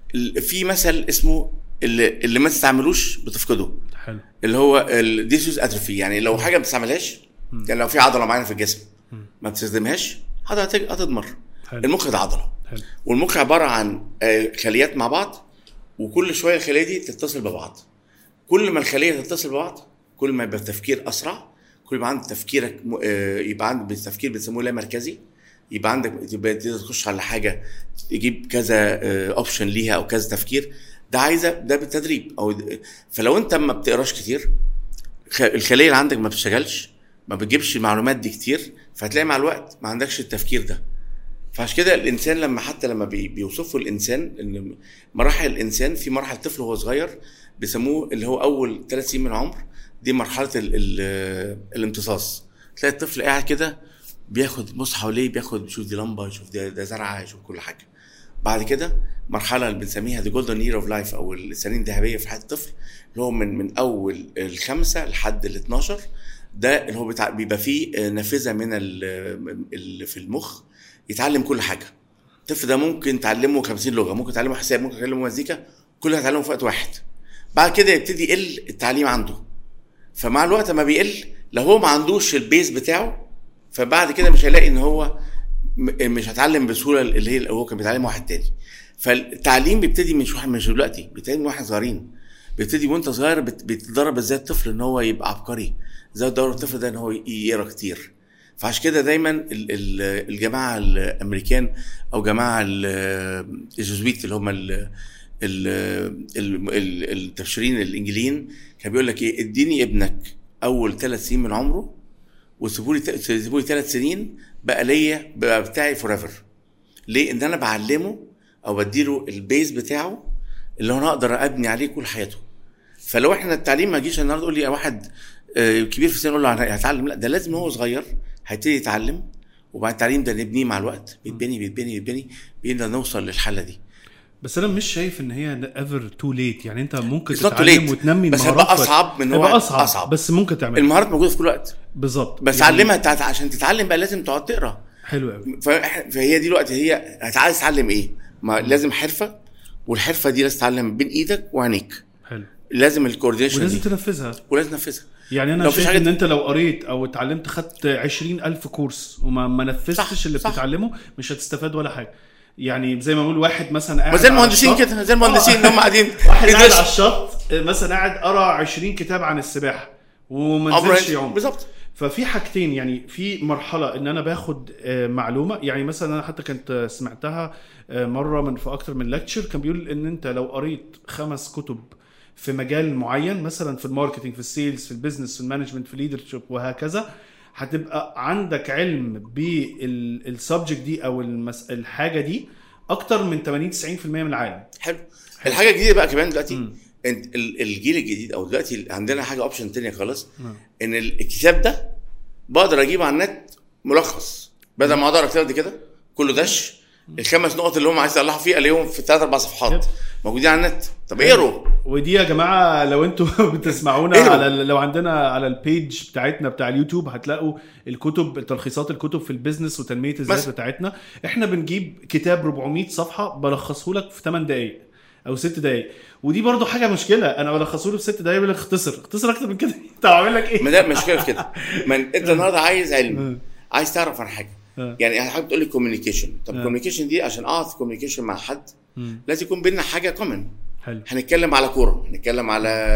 في مثل اسمه اللي ما تستعملوش بتفقده. حلو. اللي هو الديسوس اتروفي، يعني لو حاجه ما بتستعملهاش، يعني لو في عضله معينه في الجسم ما بتستخدمهاش هتضمر. المخ ده عضله. حلو. والمخ عباره عن خليات مع بعض، وكل شويه الخليه دي تتصل ببعض. كل ما الخليه تتصل ببعض كل ما يبقى التفكير اسرع، كل ما عندك تفكيرك يبقى عندك بالتفكير بنسموه لا مركزي، يبقى عندك تبقى تخش على حاجه تجيب كذا اوبشن ليها او كذا تفكير. ده عايزه ده بالتدريب. او فلو انت ما بتقراش كتير الخليه اللي عندك ما بتشتغلش، ما بتجيبش المعلومات دي كتير، فهتلاقي مع الوقت ما عندكش التفكير ده. فعشان كده الانسان لما بيوصفوا الانسان ان مراحل الانسان، في مراحل طفل وهو صغير بيسموه اللي هو اول 3 سنين من العمر، دي مرحله الامتصاص. تلاقي الطفل قاعد كده بياخد بص حواليه، بيشوف دي لمبه، يشوف ده زرعه، يشوف كل حاجه. بعد كده مرحله اللي بنسميها دي جولدن يير اوف لايف، او السنين الذهبيه في حياه الطفل، اللي هو من اول ال5 لحد ال12. ده اللي هو بيبقى فيه نافذه من اللي في المخ يتعلم كل حاجه. الطفل ده ممكن تعلمه 50 لغه، ممكن تعلمه حساب، ممكن تعلمه مزيكا، كله هتعلمه في وقت واحد. بعد كده يبتدي يقل التعليم عنده، فمع الوقت ما بيقل لو هو ما عندوش البيز بتاعه، فبعد كده مش هيلاقي ان هو مش هتعلم بسهوله اللي هو كان بيتعلم واحد تاني. فالتعليم بيبتدي مش دلوقتي، بيبتدي من واحنا صغيرين. بيبتدي وانت صغير بتدرب ازاي الطفل ان هو يبقى عبقري، ازاي تدرب الطفل ده ان هو يقرا كتير. فعشان كده دايما الجماعه الامريكان او جماعه الجزويت اللي هم التبشيرين الانجليين، كان بيقول لك ايه، اديني ابنك اول 3 سنين من عمره وسيبوا لي 3 سنين بقى ليا بقى بتاعي فور ايفر. ليه؟ ان انا بعلمه او بديله البيز بتاعه اللي انا اقدر ابني عليه كل حياته. فلو احنا التعليم ما جيش النهارده يقول لي واحد كبير في السن اقول له هتعلم، لا، ده لازم هو صغير هيبتدي يتعلم، وبعد التعليم ده نبنيه مع الوقت، بيتبني بيقدر نوصل للحاله دي. بس انا مش شايف ان هي ايفر تو ليت، يعني انت ممكن تتعلم وتنمي بس المهارات، بس اصعب من هو اصعب بس ممكن تعمل. المهارات موجوده في كل وقت بالظبط، بس يعني علمها عشان تتعلم بقى لازم تقعد تقرا. حلو قوي. فهي دي الوقت هي عايز تتعلم ايه، ما لازم حرفه، والحرفه دي لازم تتعلم بين ايدك وعينيك. حلو. لازم الكوردينيشن ولازم تنفذها. يعني انا شايف ان انت لو قريت او اتعلمت خدت 20,000 كورس وما نفذتش اللي بتتعلمه مش هتستفاد ولا حاجه. يعني زي ما بقول واحد مثلا قاعد زي المهندسين كده، زي المهندسين هم قاعدين واحد قاعد على الشط مثلا قاعد قرا 20 كتاب عن السباحه وما نزلش يعوم بالظبط. ففي حاجتين، يعني في مرحله ان انا باخد معلومه. يعني مثلا انا حتى كنت سمعتها مره في اكتر من لكتشر، كان بيقول ان انت لو قريت 5 كتب في مجال معين، مثلا في الماركتينج، في السيلز، في البيزنس، في المانجمنت، في الليدرشيب وهكذا، هتبقى عندك علم بالسبجكت دي او الحاجه دي اكتر من 80-90% من العالم. حلو. الحاجه الجديده بقى كمان دلوقتي الجيل الجديد او دلوقتي عندنا حاجه اوبشن تانية خالص، ان الكتاب ده بقدر اجيبه على النت ملخص، بدل ما اقدر اكتب كده كله دش ال5 نقط اللي هم عايز يصلحوا فيه اليوم في 3-4 صفحات موجودين على النت. طب اقروا. ودي يا جماعه لو انتوا بتسمعونا على لو عندنا على البيج بتاعتنا بتاع اليوتيوب هتلاقوا الكتب، تلخيصات الكتب في البيزنس وتنميه الذات بتاعتنا. احنا بنجيب كتاب 400 صفحه بلخصه لك في 8 دقائق او 6 دقائق، ودي برضو حاجه مشكله. انا بلخصه له في 6 دقائق بقول لك اختصر اكتر من كده. انت عامل لك ايه؟ ما ده مشكله في كده. ما انت النهارده عايز علم، عايز تعرف عن حاجه. يعني انا حابب تقول لي كوميونيكيشن. طب الكوميونيكيشن دي عشان اقعد في كوميونيكيشن مع حد لازم يكون بيننا حاجه كومن. هنتكلم على كوره، هنتكلم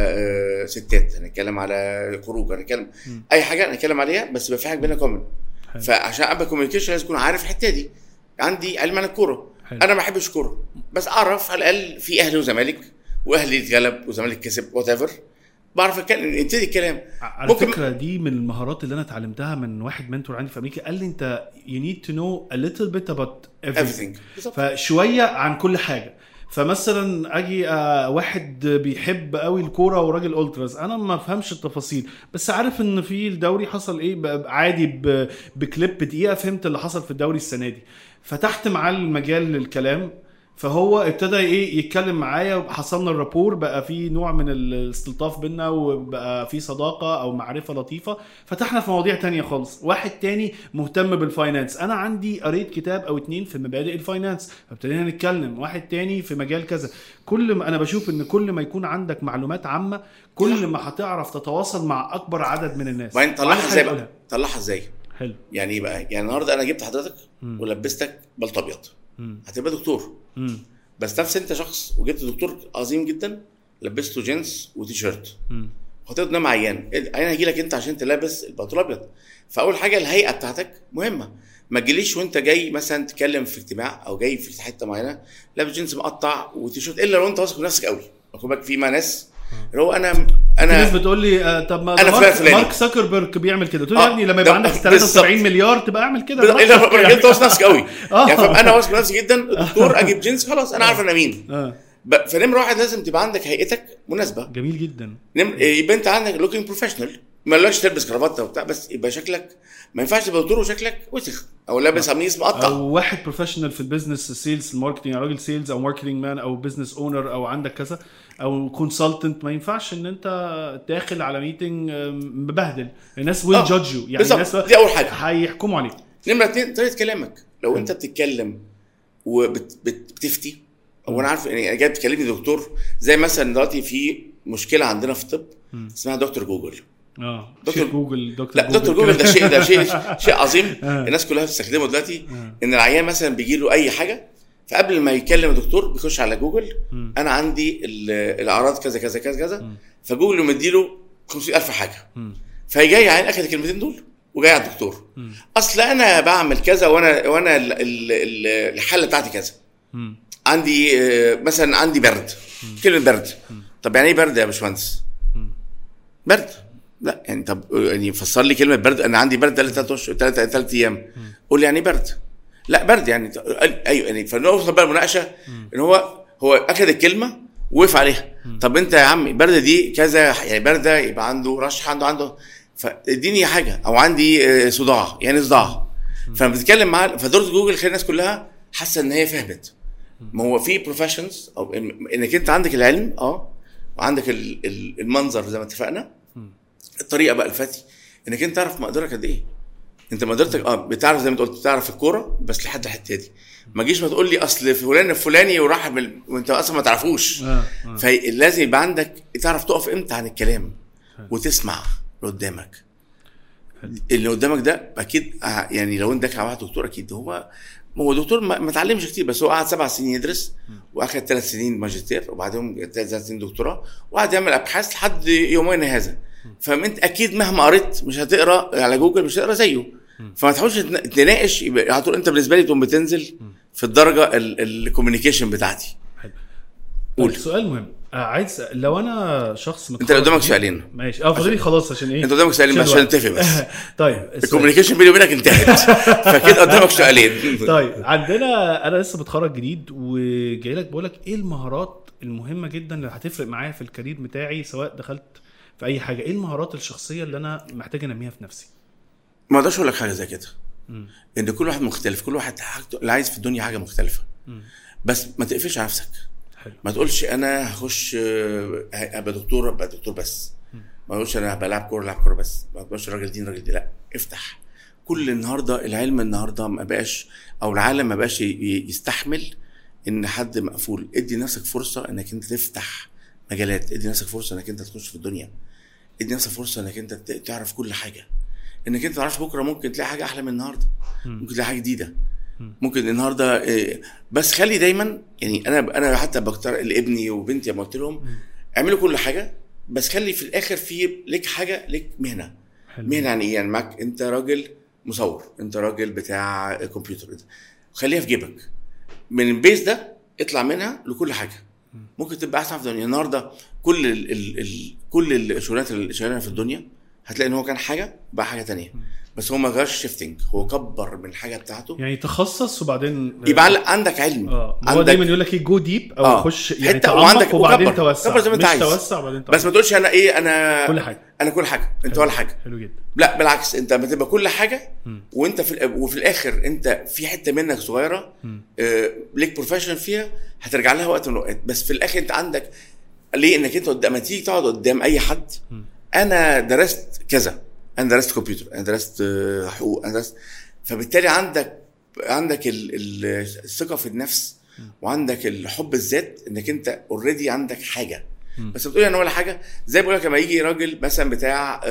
على ستات، هنتكلم على خروج، هنتكلم اي حاجه هنتكلم عليها، بس يبقى في حاجه بيننا كومن. فعشان ابقى كوميونيكيشن لازم اكون عارف الحته دي. عندي علم عن الكوره، انا ما بحبش الكوره بس اعرف على الاقل في اهلي وزمالك، واهلي اتغلب وزمالك كسب وات ايفر، بعرف ابتدي الكلام. على فكره دي من المهارات اللي انا اتعلمتها من واحد منتور عندي في امريكا، قال لي انت you need to know a little bit about everything. فشويه عن كل حاجه. فمثلا اجي واحد بيحب قوي الكوره وراجل اولتراز، انا ما فهمش التفاصيل بس عارف ان في الدوري حصل ايه عادي بكليب دقيقه، فهمت اللي حصل في الدوري السنه دي، فتحت معاه المجال للكلام، فهو ابتدى يتكلم معايا وحصلنا الرابور، بقى في نوع من الاستلطاف بينا وبقى في صداقة او معرفة لطيفة. فتحنا في مواضيع تانية خالص. واحد تاني مهتم بالفاينانس، انا عندي قريت كتاب او 2 في مبادئ الفاينانس، فابتدينا نتكلم. واحد تاني في مجال كذا. كل ما انا بشوف ان كل ما يكون عندك معلومات عامة كل ما هتعرف تتواصل مع اكبر عدد من الناس. وين طلعها ازاي؟ حلو. يعني ايه بقى؟ يعني النهارده انا جبت حضرتك ولبستك بلط ابيض، هتبقى دكتور. بس نفس انت شخص وجبت دكتور عظيم جدا لبسته جينز وتيشيرت، هتقدر تنام عيان هيجي لك انت عشان تلبس البلطو الابيض. فاول حاجه الهيئه بتاعتك مهمه. ما تجيليش وانت جاي مثلا تتكلم في اجتماع او جاي في حته معينه لابس جينز مقطع وتيشيرت، الا لو انت واثق من نفسك قوي. اخد في ناس اللي هو انا الناس بتقول لي طب ما مارك زكربرج بيعمل كده، تقول يا ابني لما يبقى عندك 73 مليار تبقى اعمل كده. الا انت واثق نفسك قوي. يعني انا واثق من نفسي جدا. الدكتور اجيب جينز خلاص انا عارف انا مين. فنمره واحد لازم تبقى عندك هيئتك مناسبه. جميل جدا. يبقى انت عندك لوكينج بروفيشنال، ما لكش تلبس كرافته وبتاع، بس يبقى شكلك ما ينفعش تبقى دكتور وشكلك وسخ او لابس قميص مقطع. او واحد بروفيشنال في البيزنس، سيلز، الماركتنج، راجل سيلز او ماركتنج مان او بزنس اونر او عندك كذا او كونسلتنت، ما ينفعش ان انت داخل على ميتنج مبهدل. الناس ويل جادج يو، يعني الناس دي اول حاجه هيحكموا عليك. نمره 2 طريقه كلامك. لو انت بتتكلم وبتفتي، او انا عارف يعني جاي تكلمني دكتور، زي مثلا دلوقتي في مشكله عندنا في الطب اسمها دكتور جوجل. دكتور جوجل. دكتور جوجل ده شيء عظيم. الناس كلها بتستخدمه دلوقتي. ان العيان مثلا بيجي له اي حاجه، فقبل ما يكلم الدكتور بيخش على جوجل، انا عندي الاعراض كذا كذا كذا كذا، فجوجل مديله 500,000 حاجه، فجاي عيان اخد الكلمتين دول وجاي على الدكتور. اصل انا بعمل كذا، وانا الحاله بتاعتي كذا، عندي مثلا عندي برد، كلمه برد. طب يعني ايه برد يا باشمهندس؟ برد؟ لا يعني طب يعني فسر لي كلمه برد. انا عندي برد 3 ايام. قول لي يعني برد؟ لا برد يعني ايوه يعني. فنوصل بقى المناقشه ان هو اخذ الكلمه ووقف عليها. طب انت يا عم برد دي كذا، يعني برده يبقى عنده رشح، عنده فاديني حاجه، او عندي صداع يعني صداع. فبتتكلم معاه، فدور جوجل خلي الناس كلها حاسه ان هي فهمت. ما هو في بروفيشنز، او انك انت عندك العلم وعندك المنظر زي ما اتفقنا. الطريقه بقى الفتي انك انت تعرف مقدرك قد ايه. انت مقدرتك بتعرف زي ما انت قلت، بتعرف الكوره بس لحد الحته دي. ما جيش ما تقول لي اصل فلان الفلاني وراح وانت اصلا ما تعرفوش. فلازم يبقى عندك تعرف تقف امتى عن الكلام وتسمع اللي قدامك. اللي قدامك ده اكيد يعني لو انت واحد دكتور، اكيد هو دكتور ما اتعلمش كتير، بس هو قعد 7 سنين يدرس، واخد 3 سنين ماجستير، وبعدهم 3 سنين دكتوراه، وقعد يعمل ابحاث لحد يومين هذا. فانت اكيد مهما قريت مش هتقرا على جوجل، مش هتقرا زيه. فما تحاولش تناقش، يبقى على طول انت بالنسبه لي تقوم بتنزل في الدرجه الكوميونيكيشن بتاعتي. قول سؤال مهم. عايز لو انا شخص انت قدامك سؤالين ماشي. فاضلي خلاص عشان ايه؟ انت قدامك سؤالين بس عشان نتفق بس. طيب الكوميونيكيشن بيني وبينك انتهت. فكده قدامك سؤالين. طيب عندنا انا لسه بتخرج جديد وجاي لك بقول لك ايه المهارات المهمه جدا اللي هتفرق معايا في الكارير بتاعي سواء دخلت في اي حاجه. ايه المهارات الشخصيه اللي انا محتاج انميها في نفسي؟ ما اقدرش اقول لك حاجه زي كده. ان كل واحد مختلف، كل واحد حاجته اللي عايز في الدنيا حاجه مختلفه. بس ما تقفلش على نفسك. ما تقولش انا هخش ابقى دكتور بس. ما تقولش انا بلعب كوره بس. ما تقولش راجل دين. لا، افتح. كل النهارده العلم النهارده ما بقاش، او العالم ما بقاش يستحمل ان حد مقفول. ادي نفسك فرصه انك انت تفتح مجالات. ادي نفسك فرصه انك انت تخش في الدنيا. ادي نفسك فرصه انك انت تعرف كل حاجه. انك انت تعرفش بكره ممكن تلاقي حاجه احلى من النهارده. ممكن تلاقي حاجه جديده. ممكن النهارده بس خلي دايما يعني انا حتى بختار لابني وبنتي لما قلت لهم اعملوا كل حاجه، بس خلي في الاخر في لك حاجه، لك مهنه. مهنه يعني ايه؟ يعني معك انت راجل مصور، انت راجل بتاع كمبيوتر، خليها في جيبك. من البيس ده اطلع منها لكل حاجه. ممكن تبقى احسن في الدنيا. النهارده كل الشغلات اللي شغالين في الدنيا هتلاقي ان هو كان حاجه بقى حاجه تانية. بس هو ما غيرش شيفتنج، هو كبر من الحاجه بتاعته، يعني تخصص وبعدين يبقى عندك علم. هو دايما يقول لك ايه جو ديب او خش يعني تعمق وبعدين توسع. زي ما انت عايز. توسع وبعدين بس ما تقولش انا كل حاجه انت ولا حاجه. حلو جدا. لا بالعكس، انت بتبقى كل حاجه وانت وفي الاخر انت في حته منك صغيره ليك بروفيشنال فيها، هترجع لها وقت من الاوقات. بس في الاخر انت عندك ليه؟ انك انت قدام تيجي تقعد قدام اي حد، انا درست كذا، انا درست كمبيوتر، انا درست حقوق، انا درست، فبالتالي عندك الثقه في النفس وعندك الحب الذات، انك انت اوريدي عندك حاجه. بس بتقولي انا ولا حاجه. زي بقول لك لما يجي راجل مثلا بتاع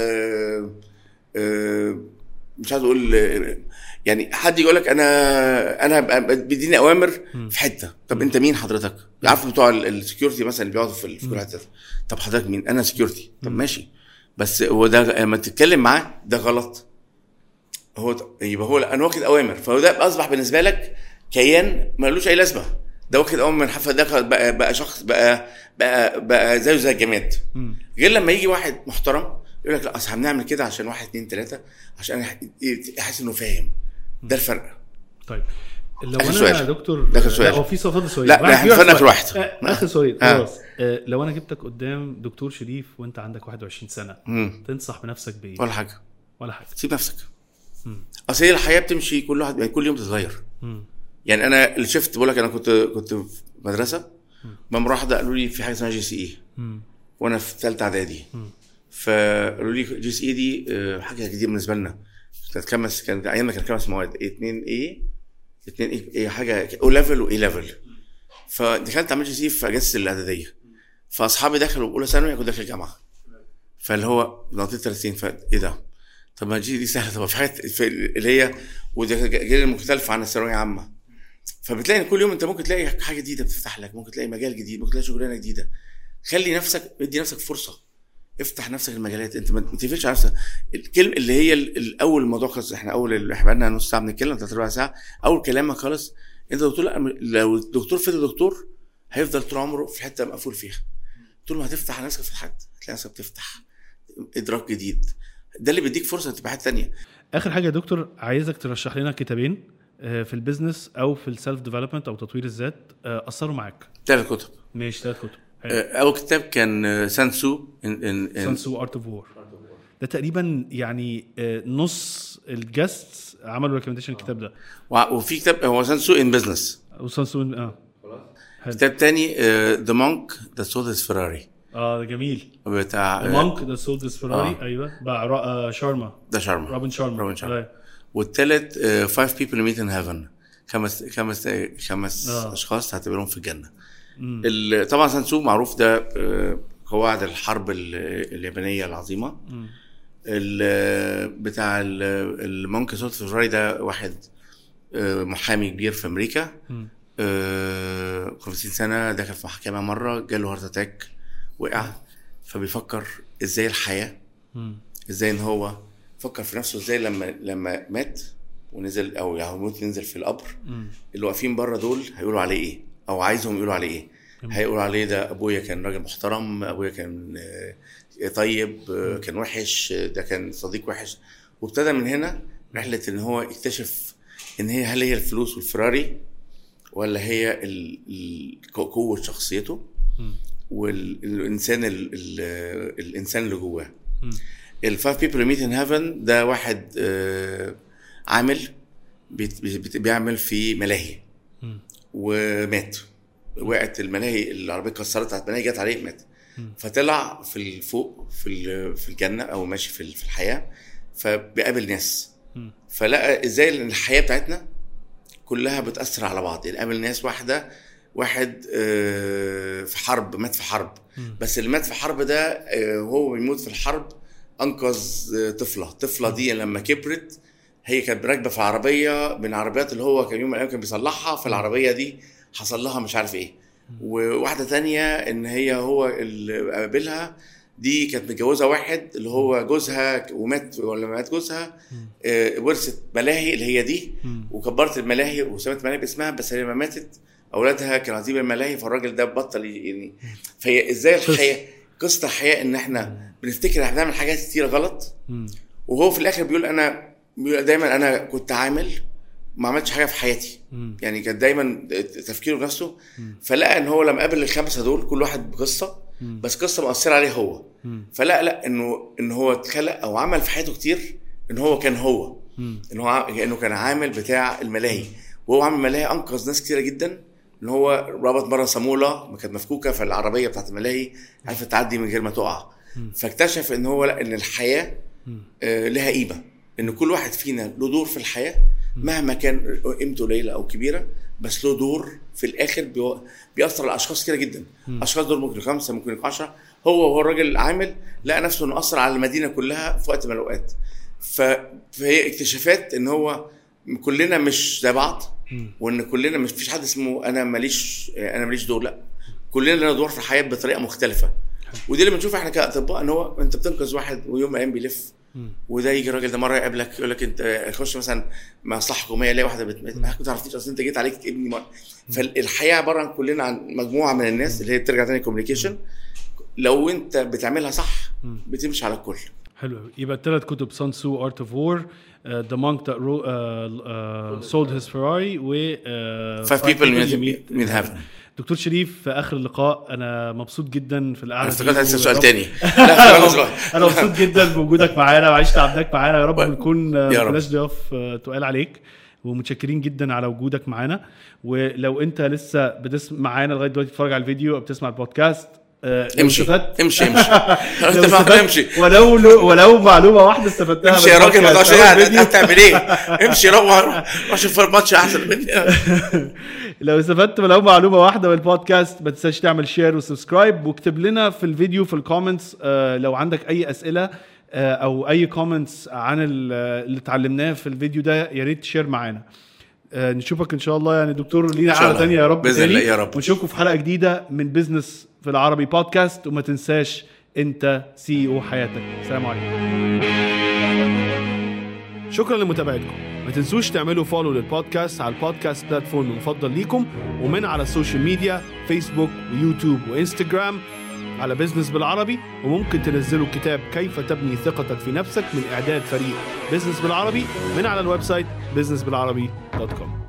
مش عايز اقول يعني حد يقول لك انا بيديني اوامر في حته. طب انت مين حضرتك؟ عارف بتوع السكيورتي مثلا اللي بيقعدوا في كل حته. طب حضرتك مين؟ انا سكيورتي. طب ماشي، بس هو ده لما تتكلم معاه ده غلط. يبقى هو انا واخد اوامر، فهو ده اصبح بالنسبه لك كيان مالوش اي لازمه. ده واخد اوامر من حفله، ده بقى شخص بقى زيه زي الجماد. غير لما يجي واحد محترم يقول لك لا اصل هنعمل كده عشان 1 2 3 عشان يحس انه فاهم. ده الفرق. طيب لو انا يا دكتور لا هو في فاضل سؤال، لا احنا فنك لوحده اخر سؤال خلاص. لو انا جبتك قدام دكتور شريف وانت عندك 21 سنه تنصح بنفسك بايه؟ ولا حاجه. سيب نفسك. اصل هي الحياه بتمشي، كل واحد يعني كل يوم تتغير. يعني انا اللي شفت بقول لك انا كنت في مدرسه مره واحده قالوا لي في حاجه اسمها GCE وانا في ثالثه اعدادي. فقالوا لي GCE دي حاجه جديده بالنسبه لنا. كان ايامنا كان 5 مواد، 2 حاجه او ليفل واي ليفل. فدخلت عملت GCE في اجازه الاعداديه، فاصحابي دخلوا اولى ثانوي كنت داخل الجامعه، فاللي هو نطيت 30 فايه ده؟ طب ما دي سهله، طب في حاجات اللي هي وده غير مختلفه عن الثانويه عامه. فبتلاقي كل يوم انت ممكن تلاقي حاجه جديده بتفتح لك، ممكن تلاقي مجال جديد، ممكن تلاقي شغلانه جديده. خلي نفسك، ادي نفسك فرصه، افتح نفسك المجالات، انت ما تقفلش على نفسك. الكلمه اللي هي الاول الموضوع خالص، احنا اول اللي احنا بقالنا نص ساعه بنتكلم 3 ساعه، اول كلامك خالص انت دكتور. لو الدكتور فضل دكتور هيفضل طول عمره في حته مقفول فيها. طول ما هتفتح على نفسك في حد هتلاقي نفسك بتفتح ادراك جديد، ده اللي بيديك فرصه تبقى حاجه ثانيه. اخر حاجه يا دكتور، عايزك ترشح لنا كتابين في البيزنس او في السيلف ديفلوبمنت او تطوير الذات اثروا معاك. 3 كتب. ماشي 3 كتب. اول كتاب كان سانسو ارت اوف وور. ده تقريبا يعني نص الجاست عملوا ريكومنديشن الكتاب ده. وفي كتاب هو سانسو ان بزنس، وسانسو خلاص. كتاب تاني ذا مونك ذات سولد هيز فيراري. ده جميل، بتاع ذا مونك ذات سولد هيز فيراري. ايوه بتاع شارما. ده شارما، روبن شارما. والثالث 5 people meet in heaven. خمس اشخاص هتقابلهم في الجنه. طبعا سانسو معروف، ده قواعد الحرب اليابانيه العظيمه. بتاع المونك سولت فيراري ده واحد محامي كبير في امريكا، 50 سنه دخل في محكمه، مره جاله هارت اتاك وقع، فبيفكر ازاي الحياه، ازاي ان هو فكر في نفسه ازاي لما مات ونزل او يموت ينزل في القبر. اللي واقفين بره دول هيقولوا عليه ايه، او عايزهم يقولوا عليه ايه؟ هيقولوا عليه ده ابويا كان راجل محترم، ابويا كان طيب، كان وحش، ده كان صديق وحش. وابتدى من هنا رحله ان هو يكتشف ان هل هي الفلوس والفراري، ولا هي قوه شخصيته والانسان الانسان اللي جواه. ال5 people meet in heaven ده واحد عامل بيعمل في ملاهي ومات، وقعت الملاهي، العربيه كسرت على الملاهي جت عليه مات. فطلع في فوق في الجنه او ماشي في الحياه، فبيقابل ناس، فلقى ازاي الحياه بتاعتنا كلها بتاثر على بعض. قابل ناس، واحد في حرب، مات في حرب، بس اللي مات في حرب ده وهو بيموت في الحرب انقذ طفله دي لما كبرت هي كانت راكبه في عربيه من العربيات اللي هو كان يوم من الايام كان بيصلحها، فالعربيه دي حصل لها مش عارف ايه. وواحده تانية ان هو اللي قابلها دي كانت متجوزه واحد اللي هو جوزها ومات، ولما مات جوزها ورثت ملاهي اللي هي دي، وكبرت الملاهي وسمت ملاهي باسمها، بس لما ماتت اولادها كانوا عايزين الملاهي، فالراجل ده بطل يعني. فهي ازاي الحياه، قصه الحياه ان احنا بنفتكر احنا بنعمل حاجات كتير غلط، وهو في الاخر بيقول دايما انا كنت عامل ما عملتش حاجه في حياتي. يعني كان دايما تفكيره نفسه. فلقى ان هو لما قابل ال5 دول كل واحد بقصه، بس قصه مؤثره عليه هو. فلقى لا انه هو اتخلق او عمل في حياته كتير، ان هو كان هو انه كان عامل بتاع الملاهي، وهو عامل ملاهي انقذ ناس كتيره جدا. ان هو ربط مره صاموله كانت مفكوكه، فالعربيه بتاعت الملاهي عرفت تعدي من غير ما تقع. فاكتشف ان هو لا، ان الحياه لها قيمه، ان كل واحد فينا له دور في الحياه مهما كان قيمته قليله او كبيره، بس له دور في الاخر بيأثر على اشخاص كتير جدا. اشخاص دول ممكن 5 ممكن 10. هو الراجل العامل لقى نفسه انه اثر على المدينه كلها في وقت من الاوقات. فهي اكتشافات ان هو كلنا مش زي بعض، وان كلنا مش فيش حد اسمه انا ماليش دور، لا كلنا لنا دور في الحياه بطريقه مختلفه. ودي اللي بنشوف احنا كاطباء، ان هو انت بتنقذ واحد ويوم من الايام بيلف، وده يجي الراجل ده مره يقابلك يقول لك انت يخش مثلا مصلحه حكوميه يلاقي واحده ما تعرفيش اصلا انت جيت عليك ابني مره. فالحياه عباره عن كلنا عن مجموعه من الناس اللي هي بترجع تاني كوميونيكيشن. لو انت بتعملها صح بتمشي على الكل. حلو. يبقى 3 كتب: Sun Tzu Art of War, The Monk That Sold His Ferrari, و 5 People Meet Heaven. دكتور شريف، في اخر اللقاء انا مبسوط جدا في القعده. انا افتكرت هسه سؤال تاني. انا مبسوط جدا بوجودك معانا وعشت عبدك معانا. يا رب نكون بلاش ضياف تقال عليك، ومتشكرين جدا على وجودك معانا. ولو انت لسه بتسمع معانا لغايه دلوقتي، تتفرج على الفيديو او بتسمع البودكاست، امشي ولو معلومه واحده استفدتها. امشي يا راجل، ما تقعدش هتعمل ايه؟ امشي روح شوف الماتش احسن مني. لو استفدت ولو معلومه واحده من البودكاست، ما تنساش تعمل شير وسبسكرايب، واكتب لنا في الفيديو في الكومنتس لو عندك اي اسئله او اي كومنتس عن اللي اتعلمناه في الفيديو ده، يا ريت تشير معانا. نشوفك ان شاء الله يعني دكتور، لينا قعده ثانيه يا رب باذن الله يا رب، ونشوفكم في حلقه جديده من بيزنس في العربي بودكاست. وما تنساش انت CEO حياتك. السلام عليكم. شكرا لمتابعتكم. ما تنسوش تعملوا فولو للبودكاست على البودكاست بلاتفورم المفضل ليكم، ومن على السوشيال ميديا فيسبوك ويوتيوب وانستجرام على بيزنس بالعربي. وممكن تنزلوا كتاب كيف تبني ثقتك في نفسك من إعداد فريق بيزنس بالعربي من على الويب سايت businessbilarabi.com.